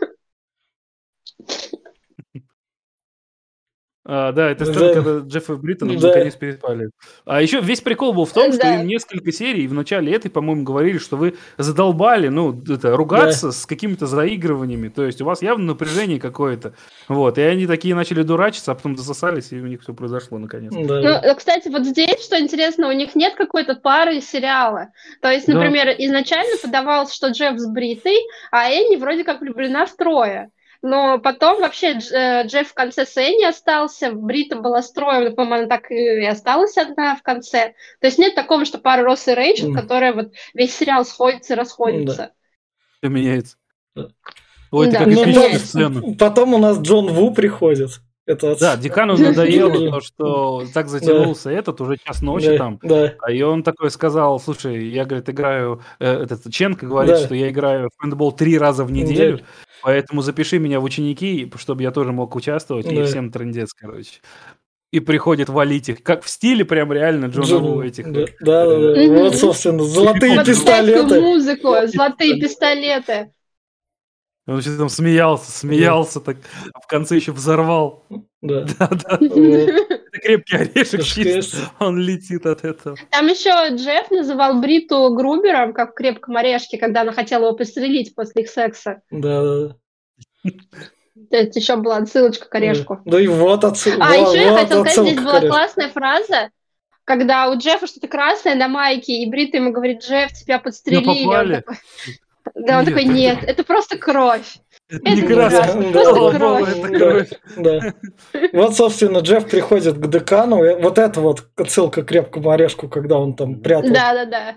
А, да, это Да. сцена, когда Джефф и Бриттон Да. наконец переспали. А еще весь прикол был в том, что Да. им несколько серий в начале этой, по-моему, говорили, что вы задолбали, ну, это, ругаться с какими-то заигрываниями. То есть у вас явно напряжение какое-то. Вот. И они такие начали дурачиться, а потом засосались, и у них все произошло наконец. Да. Ну, кстати, вот здесь, что интересно, у них нет какой-то пары сериала. То есть, Да. например, изначально подавалось, что Джефф с Бритой, а Энни вроде как влюблена в Троя. Но потом вообще Дж- э, Джефф в конце с Энни остался, Брита была с Троем, по-моему, она так и осталась одна в конце. То есть нет такого, что пара Росс и Рэйчел, Мгм. которая вот весь сериал сходится и расходится. Все меняется. Да. Ой, это Да, как Ну, всё эпичная меняется. сцена. по- потом у нас Джон Ву приходит. Это Да, Декану надоело то, что так затянулся этот, уже час ночи Да, там. да. А и он такой сказал, слушай, я, говорит, играю, э, этот Ченко говорит, Да. что я играю в пейнтбол три раза в неделю, поэтому запиши меня в ученики, чтобы я тоже мог участвовать, и Да. всем трындец, короче. И приходит валить их, как в стиле прям реально Джона Джон Ву Ву, этих. Да, да, да, да. Мгм. Вот, собственно, золотые Под пистолеты. китайскую музыку, золотые пистолеты. Он еще там смеялся, смеялся, так а в конце еще взорвал. Да. Да-да, Вот. это крепкий орешек Крепкий чисто, орешек. он летит от этого. Там еще Джефф называл Бриту Грубером, как в «Крепком орешке», когда она хотела его пристрелить после их секса. Да, да, да. То есть еще была отсылочка к орешку. Да и вот отсылка. А, вот, еще я вот хотела сказать, здесь отсылка к была орешку. классная фраза, когда у Джеффа что-то красное на майке, и Брита ему говорит, Джефф, тебя подстрелили. Он попали. такой- Да, он Нет, такой, это- нет, это просто кровь. Это Это не не красный, красный, Да, просто слава кровь. богу, это Да, кровь. да. Вот, собственно, Джефф приходит к декану. и Вот это вот отсылка к крепкому орешку, когда он там прятал. Да-да-да.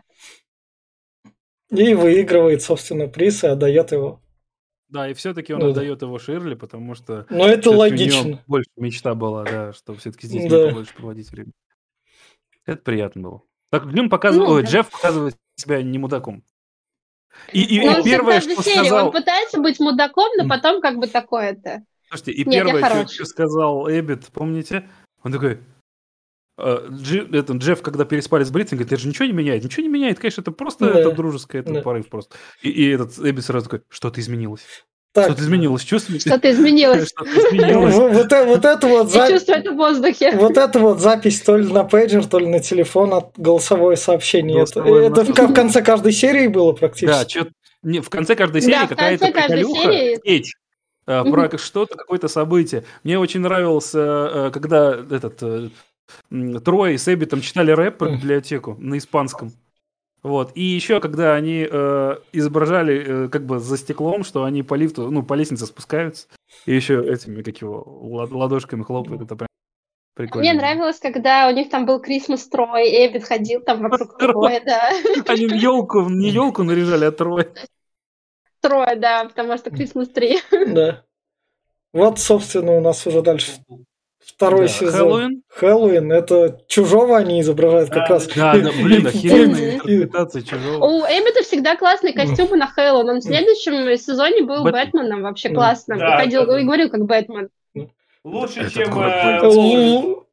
И выигрывает, собственно, приз и отдает его. Да, и все-таки он Ну да. отдает его Ширли, потому что Но это всё-таки у неё логично. больше мечта была, да, что все-таки здесь Да. не побольше проводить время. Это приятно было. Так, в нем показывает, Ну, ой, да. Джефф показывает себя не мудаком. И, и- и Но он всё в первое, каждой что серии, сказал, он пытается быть мудаком, но М. потом как бы такое-то. слушайте, и Нет, я первое, что, хороший. что сказал Эббит, помните? Он такой, э, Джи- это, Джефф, когда переспали с Бриттой, говорит, это же ничего не меняет. Ничего не меняет, конечно, это просто Да. это дружеское, это Да. порыв просто. И, и этот Эббит сразу такой, что-то изменилось. Так, Что-то изменилось, чувствуете? Что-то изменилось. Что-то изменилось. вот, вот э- вот это вот Я за- чувствую это в воздухе. вот это вот запись то ли на пейджер, то ли на телефон от голосовое сообщение. Это, Голосовое это в, ка- в конце каждой серии было Да, практически. чё- не, в конце каждой серии Да, в какая-то конце каждой приколюха, серии- скетч, э, про к- что-то, какое-то событие. Мне очень нравился, э, когда этот э, м, Трой с Эббитом читали рэп про библиотеку на испанском. Вот. И еще, когда они э, изображали э, как бы за стеклом, что они по лифту, ну, по лестнице спускаются, и еще этими, как его, лад- ладошками хлопают, это прям прикольно. Мне нравилось, когда у них там был Крисмас Трой, Эббит ходил там вокруг Трой. Троя, да. Они елку, не елку наряжали, а Трой. Трой, да, потому что Крисмас три. Да. Вот, собственно, у нас уже дальше второй Да, сезон. Хэллоуин. Хэллоуин. Это чужого они изображают как Да, раз. Да, да, блин, охеренная И- интерпретация чужого. У Эббита всегда классные костюмы на Хэллоуин. Он в следующем сезоне был Бэтмен. Бэтменом, вообще Да. классно. Да, И ходил, да, да. и говорил как Бэтмен. Лучше, Этот чем... город э, будет. Л-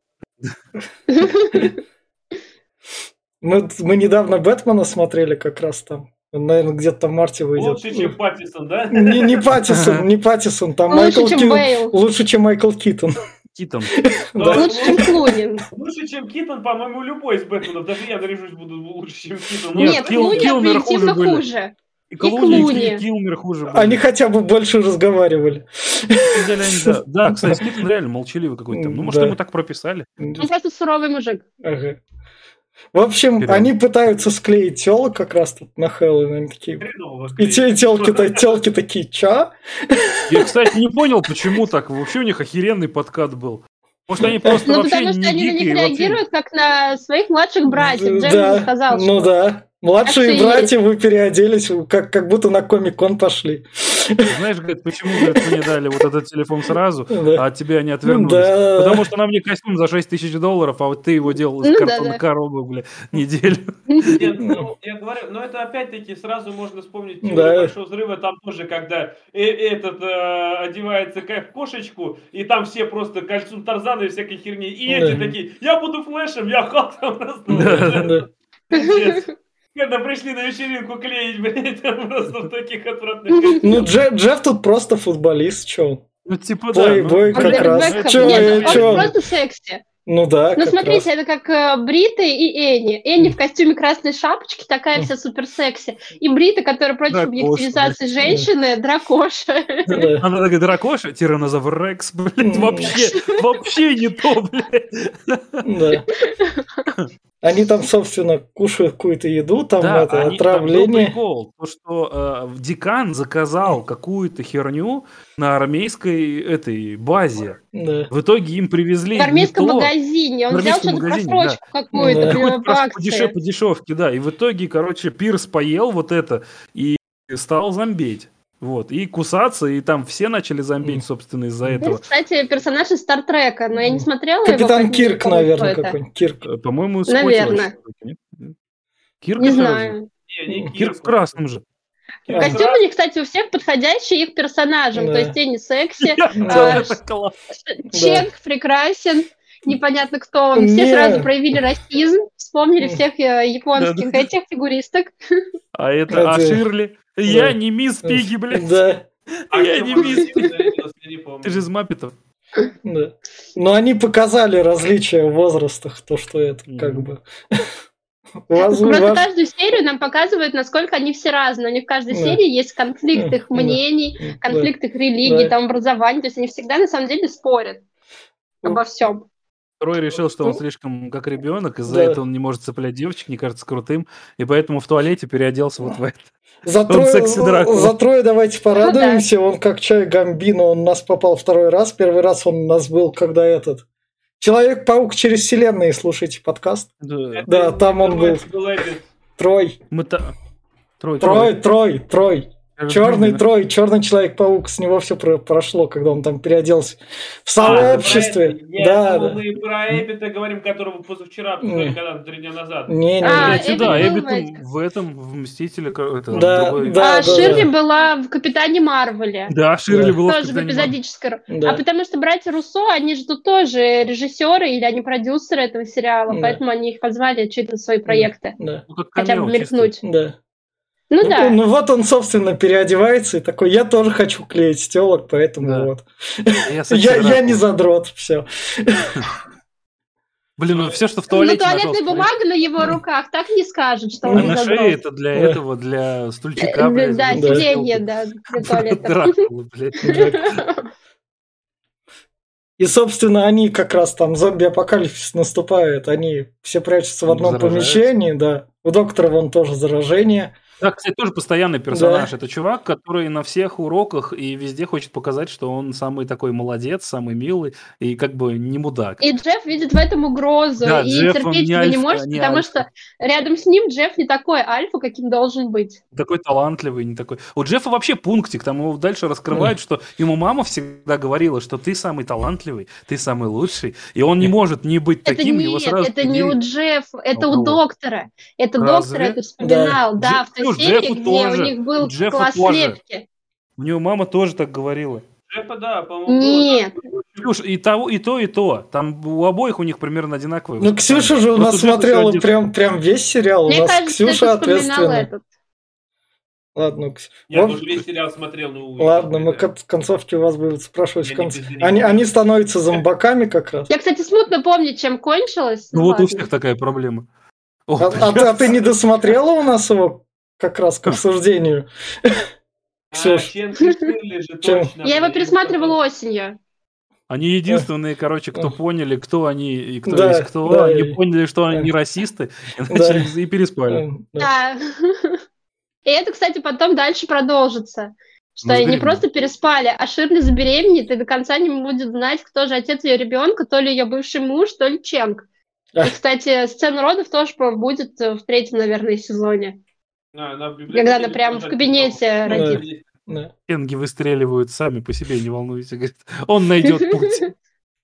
Мы, мы недавно Бэтмена смотрели как раз там. Он, наверное, где-то там в марте выйдет. Лучше, чем Паттисон, да? Не, не Паттисон, не Паттисон, там Лучше, Майкл чем Ки- Бейл. Лучше, чем Майкл Китон. Китон. Да. Лучше, чем Клуни. Лучше, чем Китон, по-моему, любой из Бэтменов. Даже я наряжусь буду лучше, чем Китон. Нет, Нет, Кил- Клуни Килмер объективно хуже были. хуже. И И Клуни, Клуни. и Килмер хуже были. Они хотя бы больше разговаривали. Взяли они, да. Да, кстати, Китон реально молчаливый какой-то там. Ну, может, Да. ему так прописали. Он просто суровый мужик. Ага. В общем, Вперед. они пытаются склеить телок как раз тут на Хэллоуин. Они такие... Хреново И те телки-то, телки такие, чё? Я, кстати, не понял, почему так. Вообще у них охеренный подкат был. Может, они просто Ну, вообще потому что не они на них дикие, вообще... реагируют как на своих младших братьев. Джеймс Да, сказал, ну что... да. Младшие братья, вы переоделись, как, как будто на Комик-кон пошли. Знаешь, говорит, почему, говорит, мне дали вот этот телефон сразу, Да. а от тебя они отвернулись? Да. Потому что на мне костюм за шесть тысяч долларов, а вот ты его делал из Ну да, картонных да. коробок, бля, неделю. Нет, ну, я говорю, но это опять-таки сразу можно вспомнить теорию Да. Большого Взрыва, там тоже, когда э- этот э, одевается как в кошечку, и там все просто кольцом Тарзана и всякой херни, и эти Да. такие, я буду Флэшем, я Халком просто. Да. Пиздец. Когда пришли на вечеринку клеить, блядь, там просто в таких отвратных костюмах. Ну, Джефф, Джефф тут просто футболист, чё? Ну, типа, да. Плейбой ну, как Он Дэвид раз. Бекхэм. Чё, Нет, э, он чё? просто секси. Ну да, Ну, как смотрите, раз. это как э, Брита и Энни. Энни в костюме красной шапочки, такая вся супер секси. И Брита, которая против Дракоша, объективизации блядь. женщины, дракоша. Да. Она такая дракоша, тиранозавр Рекс, блядь, М. вообще, вообще не то, блядь. Да. Они там, собственно, кушают какую-то еду, там Да, это они, там был отравление. прикол, то, что э, декан заказал какую-то херню на армейской этой базе. Да. В итоге им привезли В армейском не то, магазине. Он В взял армейском что-то магазине, просрочку какую-то Да. по- какой-то по просто по, деше- акции. по дешевке, да. И в итоге, короче, Пирс поел вот это и стал зомбеть. Вот, и кусаться, и там все начали зомбеть, собственно, из-за Пирс, этого. кстати, персонаж из Стартрека, но я не смотрела его. Капитан поэтому не Кирк, помню, наверное, кто это. какой-нибудь. Кирк. Э, По-моему, Наверное. Скотти. Кирк Не это разве? знаю. Не, не Кирк в красном же. Кирк Костюм у них, кстати, у всех подходящий их персонажам. Да. То есть Энни секси, Да. а, Это класс. Ченг прекрасен, непонятно кто он. Все Не. сразу проявили расизм, вспомнили М. всех э, японских Да-да. этих фигуристок. А это, а Это- Ширли? Я Да. не мисс Пигги, блядь. Да, А Я кто не был мисс. Стивен Дэвидс, я не помню. Ты же из Маппетов. да. Но они показали различия в возрастах, то, что это как Мгм. бы... Воз- Просто воз- каждую серию нам показывают, насколько они все разные. У них в каждой Да. серии есть конфликт их Да. мнений, Да. конфликт их религии, Да. там образования. То есть они всегда на самом деле спорят Ну. обо всем. Трой решил, что он Ну. слишком как ребенок, из-за Да. этого он не может цеплять девочек, не кажется крутым, и поэтому в туалете переоделся вот в это. За Он трое, секси Дракула. за трое давайте порадуемся. Он как чай Гамбино, он у нас попал второй раз. Первый раз он у нас был, когда этот... Человек-паук через вселенные, слушайте подкаст. Да. Это Да, там он был. был этот, Трой. Мы та... Трой, Трой, Трой, Трой. Я же Черный помню. Трой, черный Человек-паук. С него все прошло, когда он там переоделся в А, сообществе. про это. Нет, Да, ну, да. мы про Эбита говорим, которого позавчера обсуждали, Не. когда три дня назад. Не, не, А, не. Кстати, да, Эбби был Эбби в там этих. в этом, в Мстителе, ка- это, Да, другой- да. а Ширли была в Капитане Марвеле. Да, Ширли Да. была в Тоже в «Капитане эпизодической роли. Да. А потому что братья Руссо, они же тут тоже режиссеры или они продюсеры этого сериала, Да. поэтому они их позвали чуть-то свои проекты. Да. Марвел. Ну, как Хотя бы камео чисто. мелькнуть. Да. Ну Ну, да. ну вот он, собственно, переодевается и такой, я тоже хочу клеить телок, поэтому Да. вот. Я, секси Я, я Дракула. не задрот, все. Блин, ну все, что в Ну, туалете туалетная нашел, бумага на его руках так не скажет, что А он не на задрот. шее это для Да. этого, для стульчика, Э, блядь. Да, для сиденье, стелки. да, для туалета. Дракула, блядь. И, собственно, они как раз там зомби-апокалипсис наступает, они все прячутся в одном Заражаются. помещении, да. У доктора вон тоже заражение. Да, кстати, тоже постоянный персонаж. Да. Это чувак, который на всех уроках и везде хочет показать, что он самый такой молодец, самый милый и как бы не мудак. И Джефф видит в этом угрозу, Да, и Джефф, он терпеть не его не альфа, может, не потому альфа. что рядом с ним Джефф не такой альфа, каким должен быть. Такой талантливый, не такой. У Джеффа вообще пунктик, там его дальше раскрывают, что ему мама всегда говорила, что ты самый талантливый, ты самый лучший, и он не может не быть Это таким, нет, его сразу это не у определили. Джеффа, это А у у кого? доктора. Это Разве? доктор это вспоминал, да, Джеф- в той ну, серии, Джеффу где тоже. у них был У Джеффа класс тоже. слепки. У него мама тоже так говорила. Джеффа, да, по-моему, Нет. было. Ксюш, и, того, и то, и то. Там у обоих у них примерно одинаковые. Ну, воспитания. Ксюша же у Просто нас Джефф смотрела еще прям, прям весь сериал. Мне у нас кажется, Ксюша это вспоминал ответственна. этот. Ладно, Кс- Я Вот- тоже весь сериал смотрел, ну... Ладно, мы это- к концовке вас будут спрашивать Я в не конце. пизды не Они, помню. они становятся зомбаками как раз. Я, кстати, смутно помню, чем кончилось. Ну Ну вот у ладно. всех такая проблема. О, А, а ты, а ты не досмотрела у нас его как раз к обсуждению? А, Ксюш. Ченг и Ширли же Чем? точно. Я его блин, пересматривала осенью. Они единственные, короче, кто поняли, кто они и кто Да, есть кто. да, Они и- поняли, что они да. расисты, и, начали, и переспали. М, да. Да. И это, кстати, потом дальше продолжится. Что Ну, они не забеременела. просто переспали, а Ширли забеременеет и до конца не будет знать, кто же отец ее ребенка, то ли ее бывший муж, то ли Ченг. И, кстати, сцена родов тоже, по-моему, будет в третьем, наверное, сезоне. А, она в библиотеке Когда она или прямо в лежать кабинете потом. родит. Да. Энги выстреливают сами по себе, не волнуйтесь. Говорит, он найдет путь.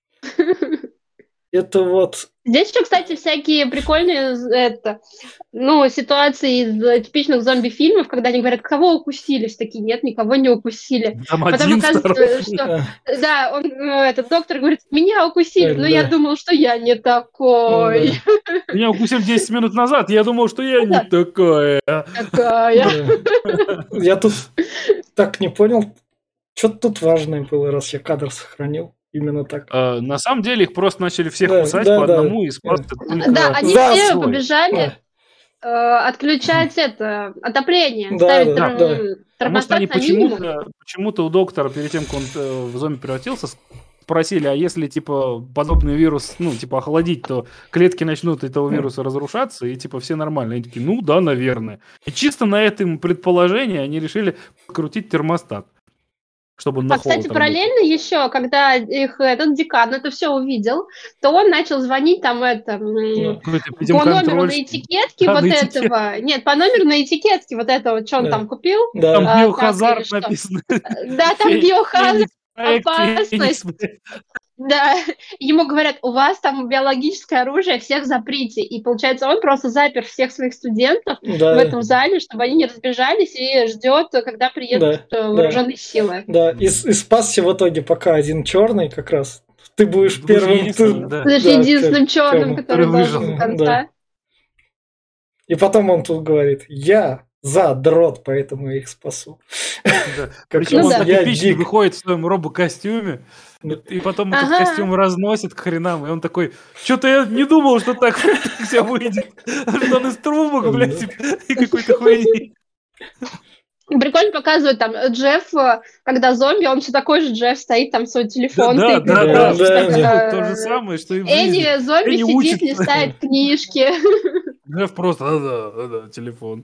Это вот... Здесь еще, кстати, всякие прикольные это, ну, ситуации из типичных зомби-фильмов, когда они говорят, кого укусили, все такие, нет, никого не укусили. Там Потом один, оказывается, второй. что... Да, он, ну, этот доктор говорит, меня укусили, но Да. я думал, что я не такой. Меня укусили десять минут назад, я думал, что я Да. не такая. Такая. Да. Я тут так не понял, что тут важное было, раз я кадр сохранил. Именно так. А, на самом деле их просто начали всех Да, кусать да, по да. одному и спасти только Да, они За все свой. побежали э, отключать это, отопление, Да, ставить да, терм- да. Потому что термостат они на минимум. почему-то, почему-то у доктора, перед тем, как он э, в зомби превратился, спросили, а если, типа, подобный вирус, ну, типа, охладить, то клетки начнут этого вируса разрушаться, и, типа, все нормально. Они такие, ну, да, наверное. И чисто на этом предположении они решили крутить термостат, чтобы он на А, кстати, холод параллельно еще, когда их этот декан это все увидел, то он начал звонить там это м, работал. Какой-то по номеру контроль. на этикетке Да, вот на этикетке. этого. Нет, по номеру на этикетке вот этого, что он Да. там купил. Да. Там А, так или биохазард что? написано. Да, там Фе- биохазард. Феникс, проект опасность. Феникс, блядь. Да, ему говорят, у вас там биологическое оружие, всех заприте. И получается, он просто запер всех своих студентов Да. в этом зале, чтобы они не разбежались, и ждет, когда приедут Да, э, да. вооруженные силы. Да, и, с- и спасся в итоге пока один черный как раз. Ты будешь Будешь первым. единственным, ты- да. Даже да, единственным чер- черным, чёрным. который который должен выжил. до конца. Да. И потом он тут говорит, я за дрот, поэтому я их спасу. Да. Как Причем Ну он да. так я эпично дик. выходит в своем робокостюме, Да. и потом этот Ага. костюм разносит к хренам, и он такой, что-то я не думал, что так все выйдет. Что он из трубок, блядь, и какой-то хуйни. Прикольно показывают там Джефф, э, когда зомби, он все такой же Джефф, стоит там свой телефон. Да, тыкает, да, да, да, да, все да. делают то же самое, что и в жизни. Энни зомби Энни сидит, учится. листает книжки. Джефф просто, да, да, да, телефон.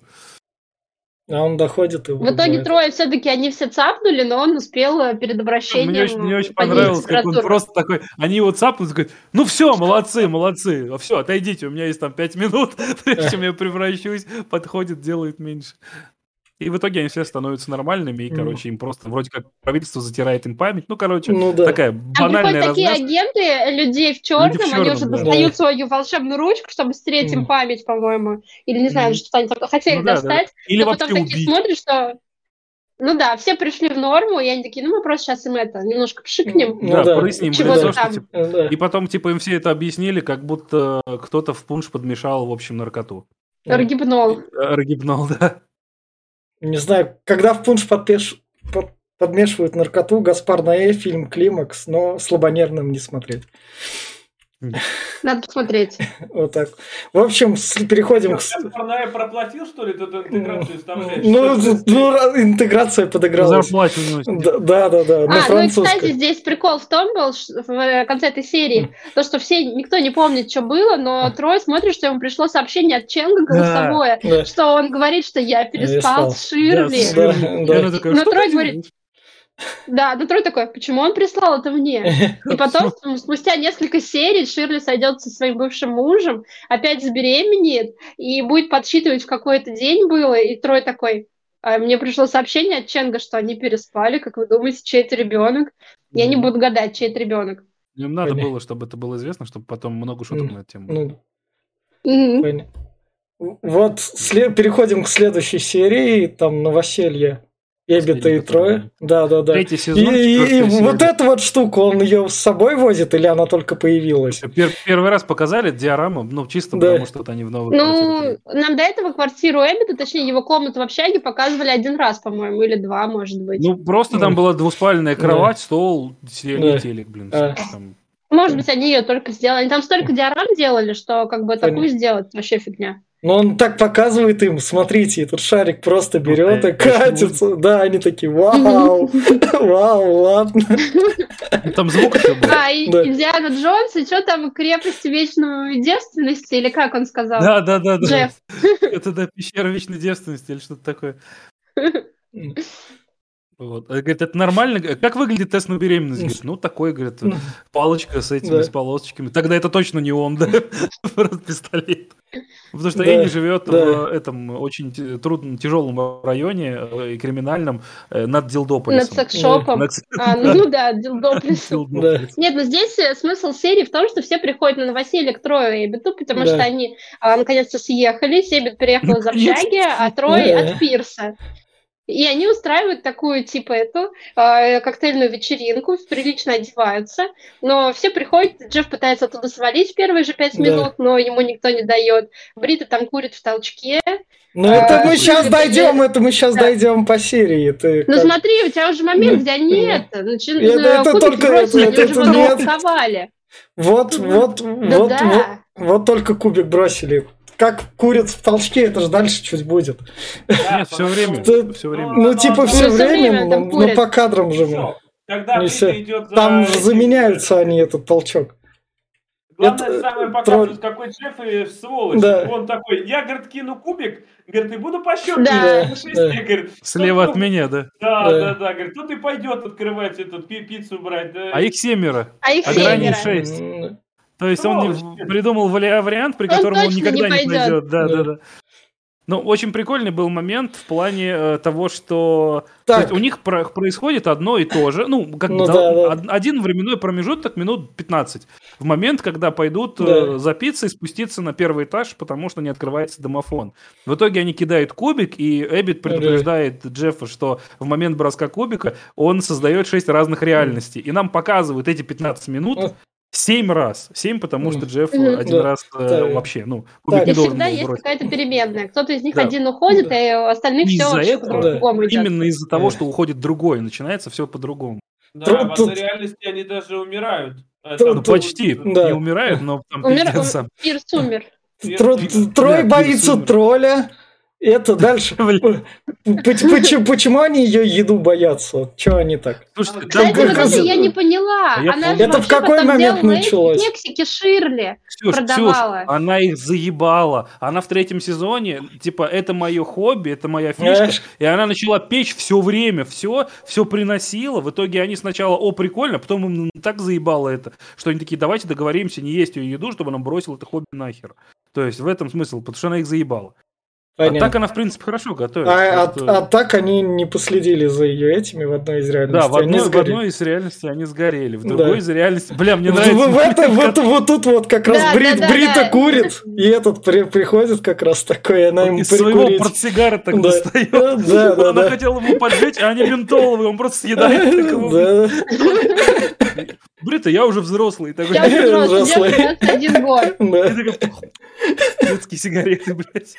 А он доходит и В итоге врубает. трое все-таки они все цапнули, но он успел э, перед обращением Мне очень, мне очень понизить понравилось, как он температуру. просто такой, они его цапнут, говорят, ну все, молодцы, молодцы, все, отойдите, у меня есть там пять минут, прежде чем я превращусь, подходит, делает меньше. И в итоге они все становятся нормальными, и, Мгм. короче, им просто вроде как правительство затирает им память. Ну, короче, Ну да. такая Там банальная приходят такие развязка. агенты людей в черном, Люди в они чёрном, уже да. достают Да. свою волшебную ручку, чтобы стереть им Мгм. память, по-моему. Или не знаю, Мгм. что они только хотели Ну да, да. достать. Или но вообще потом такие убить. смотрят, что... Ну да, все пришли в норму, и они такие, ну мы просто сейчас им это, немножко пшикнем. Ну да, да. прыснем в Чего-то лицо, что там. типа... Э, да. И потом, типа, им все это объяснили, как будто кто-то в пунш подмешал, в общем, наркоту. Да. Рогибнол. Рогибнал, да. Не знаю, когда в пунш подпеш- под- подмешивают наркоту, Гаспар Ноэ, фильм «Климакс», но слабонервным не смотреть. Надо посмотреть. Вот так. В общем, с- переходим к... с- Парная проплатил, что ли, эту интеграцию вставлять? Ну, Что это? ну, ра- интеграция подыгралась. Зарплату уносит. Да, да, да, да, на А, ну и, кстати, французском. здесь прикол в том был, ш- в э, конце этой серии, то, что все, никто не помнит, что было, но Трой смотрит, что ему пришло сообщение от Ченга голосовое, Да. что он говорит, что я переспал спал. с Ширли. Да, И да. она такая, Но что Трой ты говорит, делаешь? Да, но Трой такой, почему он прислал это мне? И потом, м, спустя несколько серий, Ширли сойдет со своим бывшим мужем, опять забеременеет и будет подсчитывать, в какой-то день было, и Трой такой, «А мне пришло сообщение от Ченга, что они переспали, как вы думаете, чей это ребенок? Я не Мгм. буду гадать, чей это ребенок. Им надо Понятно. было, чтобы это было известно, чтобы потом много шуток на эту тему было. Ну, Мгм. понятно. Вот след- переходим к следующей серии, там новоселье Эбита и Последний, Троя. который- Да, да, да. Третий И, сезон, и- и четвертая вот серия. эту вот штуку, он ее с собой возит или она только появилась? Пер- первый раз показали диораму, ну, чисто Да. потому, что вот они в новой Ну, квартире. нам до этого квартиру Эббита, точнее, его комнату в общаге показывали один раз, по-моему, или два, может быть. Ну, просто там Ну, была двуспальная да. кровать, стол, телек, Да. телек, блин. А. всё там. Может быть, они ее только сделали. Они там столько диорам делали, что как бы такую Понятно. сделать вообще фигня. Но он так показывает им, смотрите, этот шарик просто берет и да, конечно. катится. Да, они такие, вау, вау, ладно. Ну, там звук еще был. А, и Да. Индиана Джонс, и что там, крепости вечной девственности, или как он сказал? Да, да, да, да. Джефф. Это да, пещера вечной девственности или что-то такое. Вот. Говорит, это нормально? Как выглядит тест на беременность? Говорит, ну, такой, говорит, палочка с этими, Да. с полосочками. Тогда это точно не он, да? Просто пистолет. Потому что Да, Энни живет да. в этом очень т- трудном, тяжелом районе э, и криминальном э, над Над Дилдополисом. секс-шопом. Над- А, ну да, Дилдополисом. Дилдополис. Нет, но здесь э, смысл серии в том, что все приходят на новоселье к Трою и Эббиту, потому Да. что они а, наконец-то съехались. Эббит переехал из Наконец-то общаги, а Трой Да. от Пирса. И они устраивают такую, типа, эту э, коктейльную вечеринку, прилично одеваются, но все приходят, Джефф пытается оттуда свалить в первые же пять Да. минут, но ему никто не дает. Брита там курит в толчке. Ну, это А, мы сейчас Ширли дойдем, приедет. это мы сейчас Да. дойдем по серии. Ты Ну как- смотри, у тебя уже момент, Ну, где они это, начи- это- э, это кубики только бросили, это- они уже это его нет. упаковали. Вот, вот, Да, вот, вот, да. вот только кубик бросили. Как куриц в толчке, это же дальше чуть будет. Нет, все время. Да. Все время. Ну, типа, ну, все всё время, время там ну, курят. ну, по кадрам же мы. Всё. Когда Не Брита всё. идет за... Там же заменяются они, этот толчок. Главное, Это- самое тролль. показывает, какой Джефф и сволочь. Да. Он такой, я, говорит, кину кубик, говорит, и буду по щеке Да. по шесте, Да. говорит. Слева Тут, от меня, да. Да, Да. да, да, говорит, тут и пойдет открывать эту пи- пиццу брать. Да. А их семеро. А их А граней семеро. шесть. М, То есть он не- Сволочь. придумал вари- вариант, при Он котором он точно никогда не не пойдет. пойдет. Да, Да. да, да. Ну, очень прикольный был момент в плане э, того, что то Так. есть у них про- происходит одно и то же. Ну, как Ну бы да, дол- да. од- один временной промежуток минут пятнадцать. В момент, когда пойдут э, Да. за пиццей спуститься на первый этаж, потому что не открывается домофон. В итоге они кидают кубик, и Эббит предупреждает Джеффа, что в момент броска кубика он создает шесть разных реальностей. И нам показывают эти пятнадцать минут Ну. семь раз. семь, потому что Джефф Мгм. один Да. раз э, Да. вообще, ну, кубик Так. не И должен всегда был есть бросить. какая-то переменная. Кто-то из них Да. один уходит, а у остальных все Из-за вообще этого, по-другому идет. именно из-за того, Да. что уходит другой, начинается все по-другому. Да, Тут- в одной тут- реальности они даже умирают. А Тут- Ну, там- тут- почти. да. Не умирают, но там Умер, пиздец ум- сам. Пирс умер. Тро- Да, Трой да, боится сумер. тролля. Это дальше. Блин. Поч- Почему, почему они ее еду боятся? Чего они так? Слушайте, там Кстати, как вот раз- это я не поняла. А я Она помню. же Это в вообще какой потом момент делала эти началось? кексики Ширли. Ксюш, продавала. Ксюш, она их заебала. Она в третьем сезоне, типа, это мое хобби, это моя фишка. Знаешь? И она начала печь все время, все, все приносила. В итоге они сначала, о, прикольно, потом им так заебало это, что они такие, давайте договоримся не есть ее еду, чтобы она бросила это хобби нахер. То есть в этом смысл, потому что она их заебала. А Понятно. так она, в принципе, хорошо готовит. А, а- Просто- а так они не последили за ее этими в одной из реальностей. Да, в они одной, в сгорели. одной из реальностей они сгорели, в Да. другой из реальности... Бля, мне В- нравится... в это, вот, вот тут вот как раз Да, Брит, да, да, Брита да. курит, и этот при- приходит как раз такой, и она Он ему из своего прикурить. портсигара так Да. достает. Да, да, Она да. хотела ему поджечь, а они ментоловые, он просто съедает. так его. Да. Брита, я уже взрослый. Такой, Я уже взрослый, Взрослый. мне двадцать один год. Да. И такой, детские сигареты, блядь.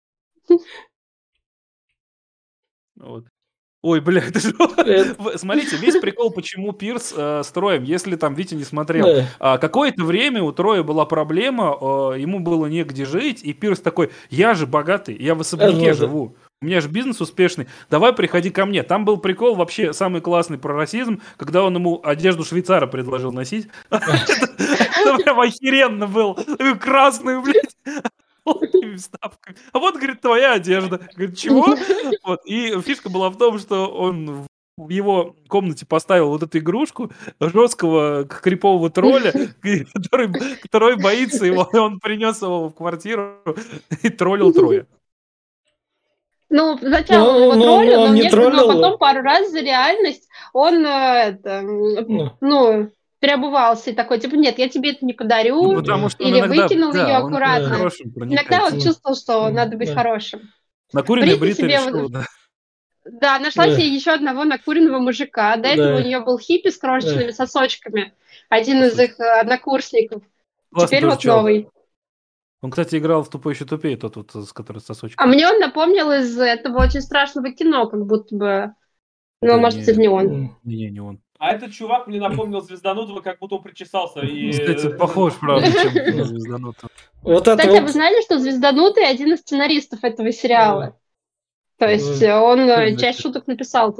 Вот. Ой, бля, это же... Это- Вы- Смотрите, весь прикол, почему Пирс э, с Троем, если там Витя не смотрел. Да. А, какое-то время у Троя была проблема, э, ему было негде жить, и Пирс такой, я же богатый, я в особняке Ну да. живу. У меня же бизнес успешный, давай приходи ко мне. Там был прикол вообще самый классный про расизм, когда он ему одежду швейцара предложил носить. Это прям охеренно был. Такой красный, блядь. Такими вставками. А вот, говорит, твоя одежда. Говорит, чего? Вот. И фишка была в том, что он в его комнате поставил вот эту игрушку жесткого крипового тролля, который, который боится его, и он принес его в квартиру и троллил Троя. Ну, сначала Ну, он его ну, троллил, он но, не мне- троллил. но потом пару раз за реальность он э, это, м, Ну. ну, переобувался и такой, типа, нет, я тебе это не подарю. Ну, потому что он Или иногда- выкинул да, ее он аккуратно. хорошим Иногда проникается. он чувствовал, что Ну, надо быть да. хорошим. Накуренная Брита Брита себе решила, вот- да. Да, нашла Да. себе еще одного накуренного мужика. До этого Да. у нее был хиппи с крошечными сосочками. Один из их э, однокурсников. Классный Теперь тоже вот чел. новый. Он, кстати, играл в «Тупой еще тупее», тот вот, с которым с сосочком. А мне он напомнил из этого очень страшного кино, как будто бы... Ну, Да может, не. это не он. М. Не, не он. А этот чувак мне напомнил Звезданутого, как будто он причесался. И... Кстати, похож, правда, чем на Звезданутого. Вот это Кстати, а вы вот. знали, что «Звезданутый» один из сценаристов этого сериала? То есть Да. э, он э, Хрен часть знает. шуток написал тут.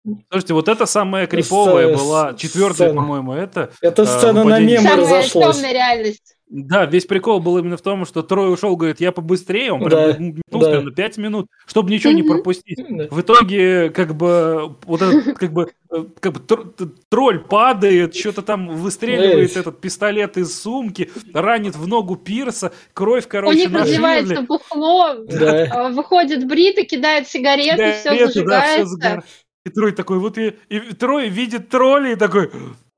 Слушайте, вот это самая криповая С- была, с- четвертая, сцена. по-моему, это. Эта э, сцена на выпадение. мемы Самая разошлась. темная реальность. Да, весь прикол был именно в том, что Трой ушел, говорит, я побыстрее, он Да, прям метнулся да. на пять минут, чтобы ничего не Мгм. пропустить. Да. В итоге, как бы, вот этот, как бы, э, как бы тр- т- тролль падает, что-то там выстреливает Эй. этот пистолет из сумки, ранит в ногу Пирса, кровь, У короче, них на разливается жерле. бухло, Да. а, выходит Брит и кидает сигареты, все Сигареты, да, все зажигается. загорает. И Трой такой, вот и, и Трой видит тролля и такой...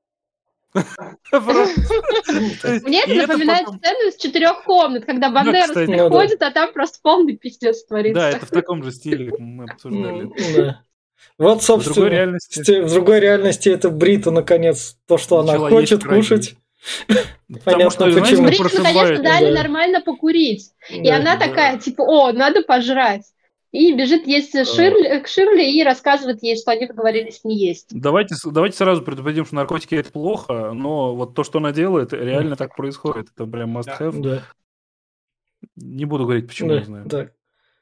Просто. То есть, Мне это и это напоминает потом- сцену из четырех комнат, когда Бандерас кстати. Ну да. приходит, а там просто полный пиздец творится. Да, это в таком же стиле, как мы обсуждали. М, да. Вот, В собственно, другой реальности. сте- в другой реальности это Брита, наконец, то, что она Начала хочет есть пироги. кушать. Потому Понятно, что, знаете, почему. как Брит наконец-то прошибает. дали Да. нормально покурить. И Да. она Да. такая, типа, о, надо пожрать. И бежит есть Ширли, к Ширли и рассказывает ей, что они договорились не есть. Давайте, с- давайте сразу предупредим, что наркотики это плохо, но вот то, что она делает, реально так происходит. Это прям must Да. have. Да. Не буду говорить, почему, Да. не знаю. Да.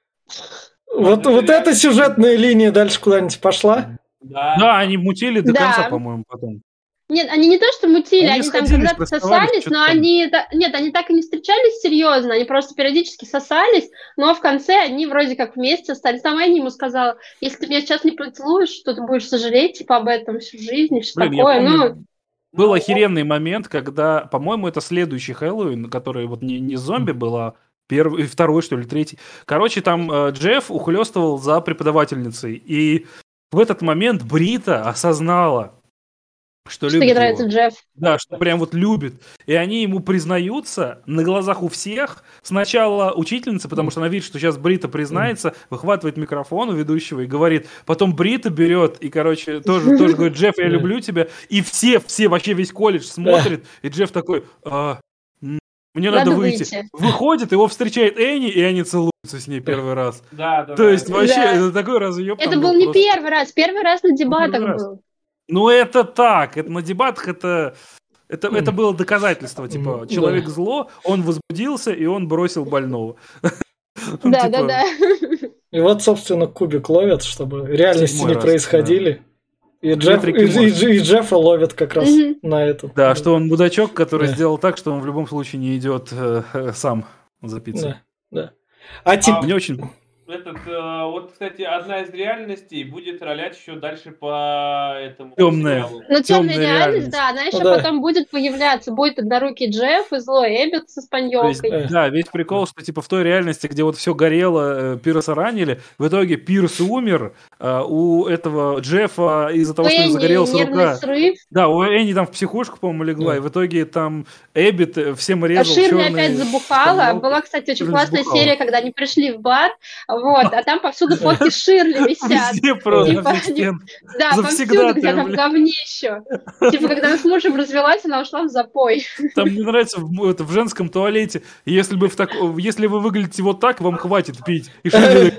Вот, это вот реально- эта сюжетная линия дальше куда-нибудь пошла. Да. Да, они мутили до Да. конца, по-моему, потом. Нет, они не то, что мутили, Они они, там сходились, когда-то расставались, сосались, что-то но там. они... та- Нет, они так и не встречались серьезно, они просто периодически сосались, но в конце они вроде как вместе остались. Там Энни ему сказала, если ты меня сейчас не поцелуешь, то ты будешь сожалеть типа об этом всю жизнь и все Блин, я такое. помню, Ну, был Ну, охеренный момент, когда, по-моему, это следующий Хэллоуин, который вот не, не зомби была, первый, второй, что ли, третий. Короче, там э, Джефф ухлёстывал за преподавательницей, и в этот момент Брита осознала, что, что любит ей его. нравится Джефф. Да, что прям вот любит. И они ему признаются на глазах у всех. Сначала учительница, потому что она видит, что сейчас Брита признается, выхватывает микрофон у ведущего и говорит. Потом Брита берет и, короче, тоже, тоже говорит, Джефф, я люблю тебя. И все, все, вообще весь колледж смотрит. И Джефф такой, «А, м, мне надо, Надо выйти. выйти. Выходит, его встречает Энни, и они целуются с ней первый раз. Да, да, То да. есть вообще, Да. это такой разъеб. Это там был не просто. первый раз, первый раз на дебатах первый раз. был. Ну, это так. Это на дебатах это, это, это Мгм. было доказательство. Типа, Мгм, человек да. зло, он возбудился, и он бросил больного. Ну, Да, типа, да, да. И вот, собственно, кубик ловят, чтобы реальности Седьмой не раз, происходили. И, Две Джефф, треки и, и- можно. и Джеффа ловят как раз Мгм. на это. Да, что он мудачок, который Да. сделал так, что он в любом случае не идет э, э, сам за пиццей. Да, да. А теперь... Мне очень... Этот, э, вот, кстати, одна из реальностей будет ролять еще дальше по этому Тёмная. сериалу. Ну, темная Темная реальность, реальность. да, она еще Ну да. потом будет появляться. Будет однорукий Джефф и злой Эббит с То есть, испаньолкой. Э. да, весь прикол, что типа в той реальности, где вот все горело, э, Пирса ранили, в итоге Пирс умер, а у этого Джеффа из-за того, У что у него Энни загорелась нервный рука. срыв. Да, у Энни там в психушку, по-моему, легла, Да. и в итоге там Эббит э, всем А резал Ширли чёрные опять забухала. испаньолки. Была, кстати, очень Ширли классная забухала. серия, когда они пришли в бар, вот, а там повсюду фотки Ширли висят. Везде просто, Типа, на всех они- стен. Да, Завсегда повсюду, ты, где она в бля. говне еще. Типа, когда она с мужем развелась, она ушла в запой. Там мне нравится в, это, в женском туалете, если, бы в так, если вы выглядите вот так, вам хватит пить. И Ширли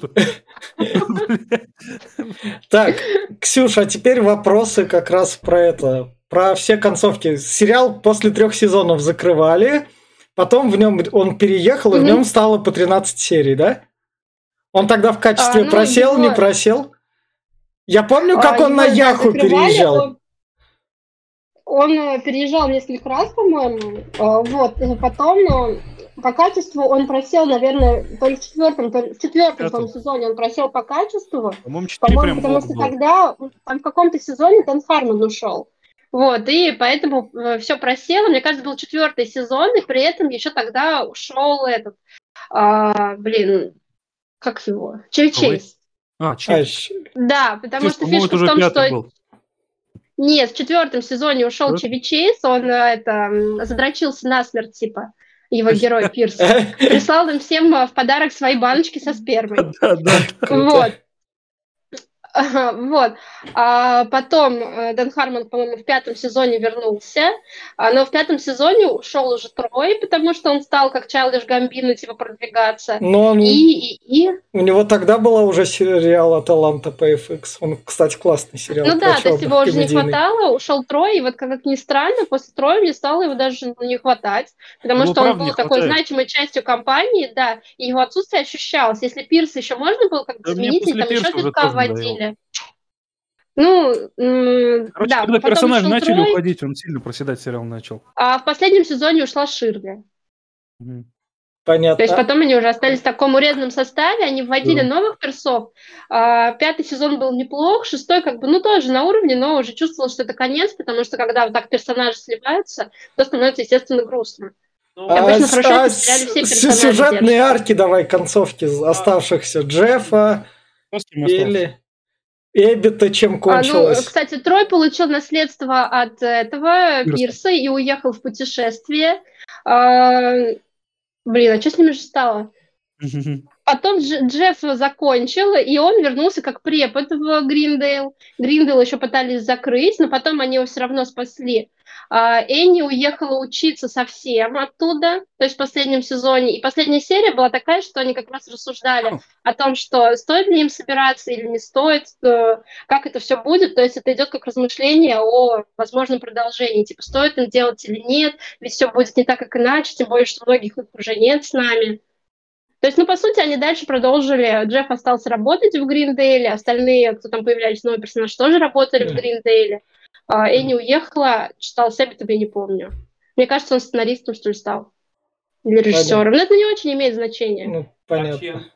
Так, Ксюша, а теперь вопросы как раз про это, про все концовки. Сериал после трех сезонов закрывали, потом в нем он переехал, и в Мгм. нем стало по тринадцать серий, да? Он тогда в качестве А, ну, просел, не его- просел? Я помню, как А, он на его, да, Яху закрывали, переезжал. Он, он, э, переезжал несколько раз, по-моему. А, Вот, и потом э, по качеству он просел, наверное, то ли в четвертом, то ли в четвертом по-моему, сезоне он просел по качеству. По-моему, четыре По-моему, прям потому блока что было. тогда там в каком-то сезоне Дэн Хармон ушел. Вот, и поэтому все просело. Мне кажется, был четвертый сезон, и при этом еще тогда ушел этот, а, блин, как его? Чеви Какой? Чейз. А, А, четыре. щ- Да, потому что По-моему, фишка это в уже том, пятый что... был. Нет, в четвертом сезоне ушел Вот. Чеви Чейз, он э, это, м, задрочился насмерть, типа, его герой Пирс. Э, Прислал им всем э, в подарок свои баночки со спермой. Да, да. Вот. Ага, Вот. А потом э, Дэн Хармон, по-моему, в пятом сезоне вернулся, а, но в пятом сезоне ушел уже Трой, потому что он стал как Чайлдиш Гамбино, типа, продвигаться. Но он- И, и, и- у него тогда была уже сериал «Аталанта» по эф икс. Он, кстати, классный сериал. ну про да, то есть чёрных, его уже не комедийный. хватало, ушел Трой, и вот как ни странно, после Троя мне стало его даже ну, не хватать, потому Его что он правда был не такой хватает. значимой частью компании, да, и его отсутствие ощущалось. Если Пирс еще можно было как-то Да мне заменить, или после там еще Пирса уже чутка тоже вводили. Ну, м, Короче, да, когда потом персонажи ушел начали Трой, уходить, он сильно проседать сериал начал. а в последнем сезоне ушла Ширли. Мгм. То есть Понятно. потом они уже остались в таком урезанном составе, они вводили Да. новых персов. А, пятый сезон был неплох, шестой как бы, ну, тоже на уровне, но уже чувствовал, что это конец, потому что когда вот так персонажи сливаются, то становится, естественно, грустно. И Ну, А, обычно с- хорошо, а если в сериале все с- с- персонажи сюжетные держатся. арки давай, концовки а, оставшихся Джеффа Кто с кем остался? или Эббита чем А, ну, кончилось? кстати, Трой получил наследство от этого Пирса. Пирса и уехал в путешествие. А, блин, а что с ними же стало? Потом Дж- Джефф закончил, и он вернулся как препод в Гриндейл. Гриндейл еще пытались закрыть, но потом они его все равно спасли. А, Энни уехала учиться совсем оттуда, то есть в последнем сезоне. И последняя серия была такая, что они как раз рассуждали о том, что стоит ли им собираться или не стоит, э, как это все будет. То есть это идет как размышление о возможном продолжении. Типа, стоит им делать или нет, ведь все будет не так, как иначе, тем более, что многих их уже нет с нами. То есть, ну, по сути, они дальше продолжили. Джефф остался работать в Гриндейле, остальные, кто там появлялись, новые персонажи, тоже работали в Гриндейле. А, Энни уехала, читал с Эббитом, я не помню. Мне кажется, он сценаристом, что ли, стал. Или режиссером. Понятно. Но это не очень имеет значения. Ну, а понятно. Ченг? Я не помню,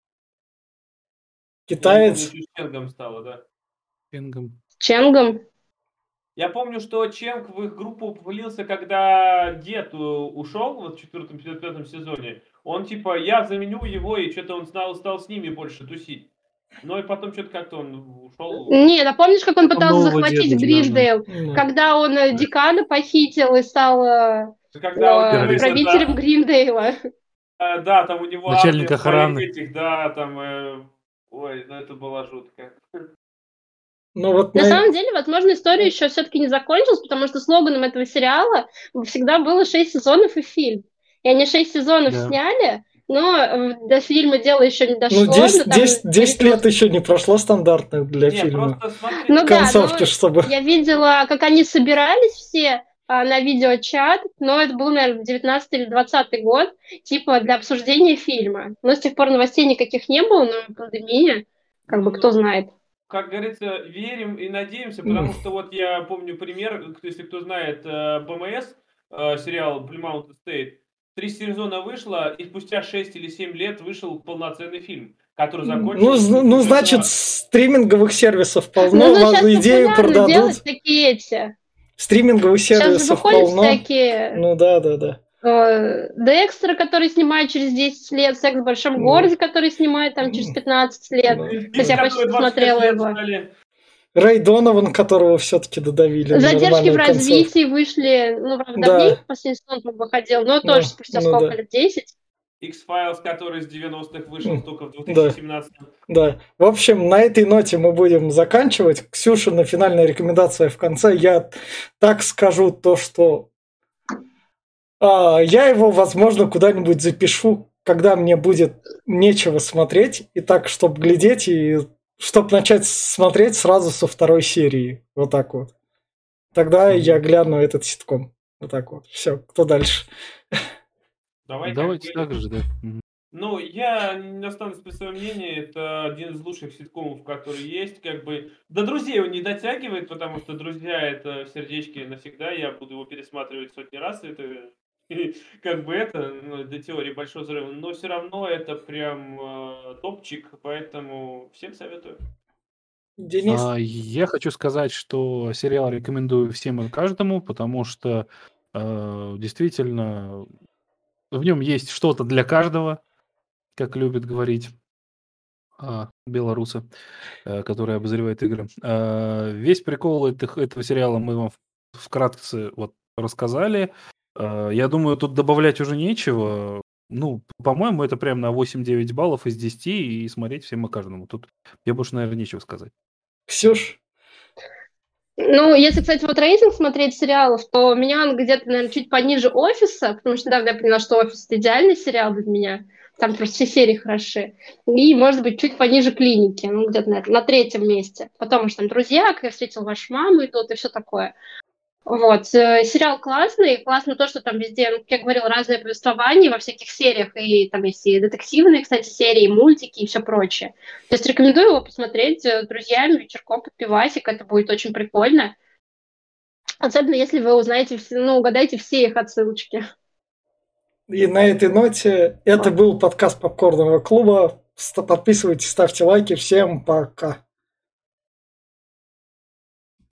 Китаец. что с Ченгом стало, да. Пингом. С Ченгом. Я помню, что Ченг в их группу влился, когда дед э, ушел вот в четвертом, пятом сезоне. Он типа, я заменю его, и что-то он стал, стал с ними больше тусить. Но и потом что-то как-то он ушел. Нет, а помнишь, как он Потом пытался нового захватить деда, да, Гриндейл? Ну, Когда он э, Декана похитил и стал э, Когда у э, него это, правителем да, Гриндейла. э, да, там у него Начальник армия своих охраны. этих, да, там, э, ой, ну это было жутко. ну вот На на- самом деле, возможно, история еще все-таки не закончилась, потому что слоганом этого сериала всегда было шесть сезонов и фильм. И они шесть сезонов Да. сняли, но э, до фильма дело еще не ну, дошло. но десять, там десять, десять лет просто- еще не прошло стандартных для Не, фильма. просто смотри, Ну да, Концовки, но чтобы... я видела, как они собирались все а, на видеочат, но это был, наверное, девятнадцатый или двадцатый год, типа для обсуждения фильма. Но с тех пор новостей никаких не было, но пандемия, как бы ну, кто знает. как говорится, верим и надеемся, потому что вот я помню пример, если кто знает, э, БМС, э, сериал Plymouth State, три сезона вышло, и спустя шесть или семь лет вышел полноценный фильм, который Ну, закончился. з- ну, значит, стриминговых сервисов полно, Ну, ну вас сейчас идею популярно продадут. делать такие эти. Стриминговых Сейчас же сервисов выходят полно. всякие Ну да, да, да. э, Декстера, который снимает через десять лет, «Секс в большом Ну. городе», который снимает там через пятнадцать лет. Ну, Хотя я почти смотрела его. Рэй Донован, которого все-таки додавили. на Задержки в нормальную концовку. развитии вышли, ну, правда, Да. давнее, последний сезон по-моему, выходил, но Ну, тоже спустя ну сколько да. лет, десять. X-Files, который с девяностых вышел М, только в да. две тысячи семнадцатом. Да. В общем, на этой ноте мы будем заканчивать. Ксюша, на финальная рекомендация в конце. Я так скажу то, что а, я его, возможно, куда-нибудь запишу, когда мне будет нечего смотреть, и так, чтобы глядеть, и чтобы начать смотреть сразу со второй серии. Вот так вот. Тогда я гляну этот ситком. Вот так вот. Все, кто дальше? Давай Давайте как бы- так же, да. Мгм. Ну, я не останусь при своем мнении. Это один из лучших ситкомов, который есть. Как бы до друзей он не дотягивает, потому что друзья это в сердечке навсегда. Я буду его пересматривать сотни раз. Это как бы это, ну, до теории большого взрыва. Но все равно это прям э, топчик, поэтому всем советую. Денис? А, Я хочу сказать, что сериал рекомендую всем и каждому, потому что э, действительно в нем есть что-то для каждого, как любят говорить а, белорусы, э, которые обозревают игры. А, Весь прикол этих- этого сериала мы вам в- вкратце вот рассказали. А, Я думаю, тут добавлять уже нечего. Ну, по-моему, это прям на восемь-девять баллов из десяти, и смотреть всем и каждому. Тут я больше, наверное, нечего сказать. Ксюш? Ну, если, кстати, вот рейтинг смотреть сериалов, то у меня он где-то, наверное, чуть пониже «Офиса», потому что недавно я поняла, что «Офис» — это идеальный сериал для меня. Там просто все серии хороши. И, может быть, чуть пониже «Клиники», ну, где-то, наверное, на третьем месте. Потом уж там «Друзья», «Как я встретил вашу маму» идут и все такое. Вот. э, Сериал классный. Классно то, что там везде, ну, как я говорила, разные повествования во всяких сериях. И там есть и детективные, кстати, серии, и мультики, и все прочее. То есть рекомендую его посмотреть э, с друзьями, вечерком под пивасик. Это будет очень прикольно. Особенно если вы узнаете, все- ну, угадаете все их отсылочки. И на этой ноте это Вот. был подкаст Попкорного клуба. Ст- Подписывайтесь, ставьте лайки. Всем пока.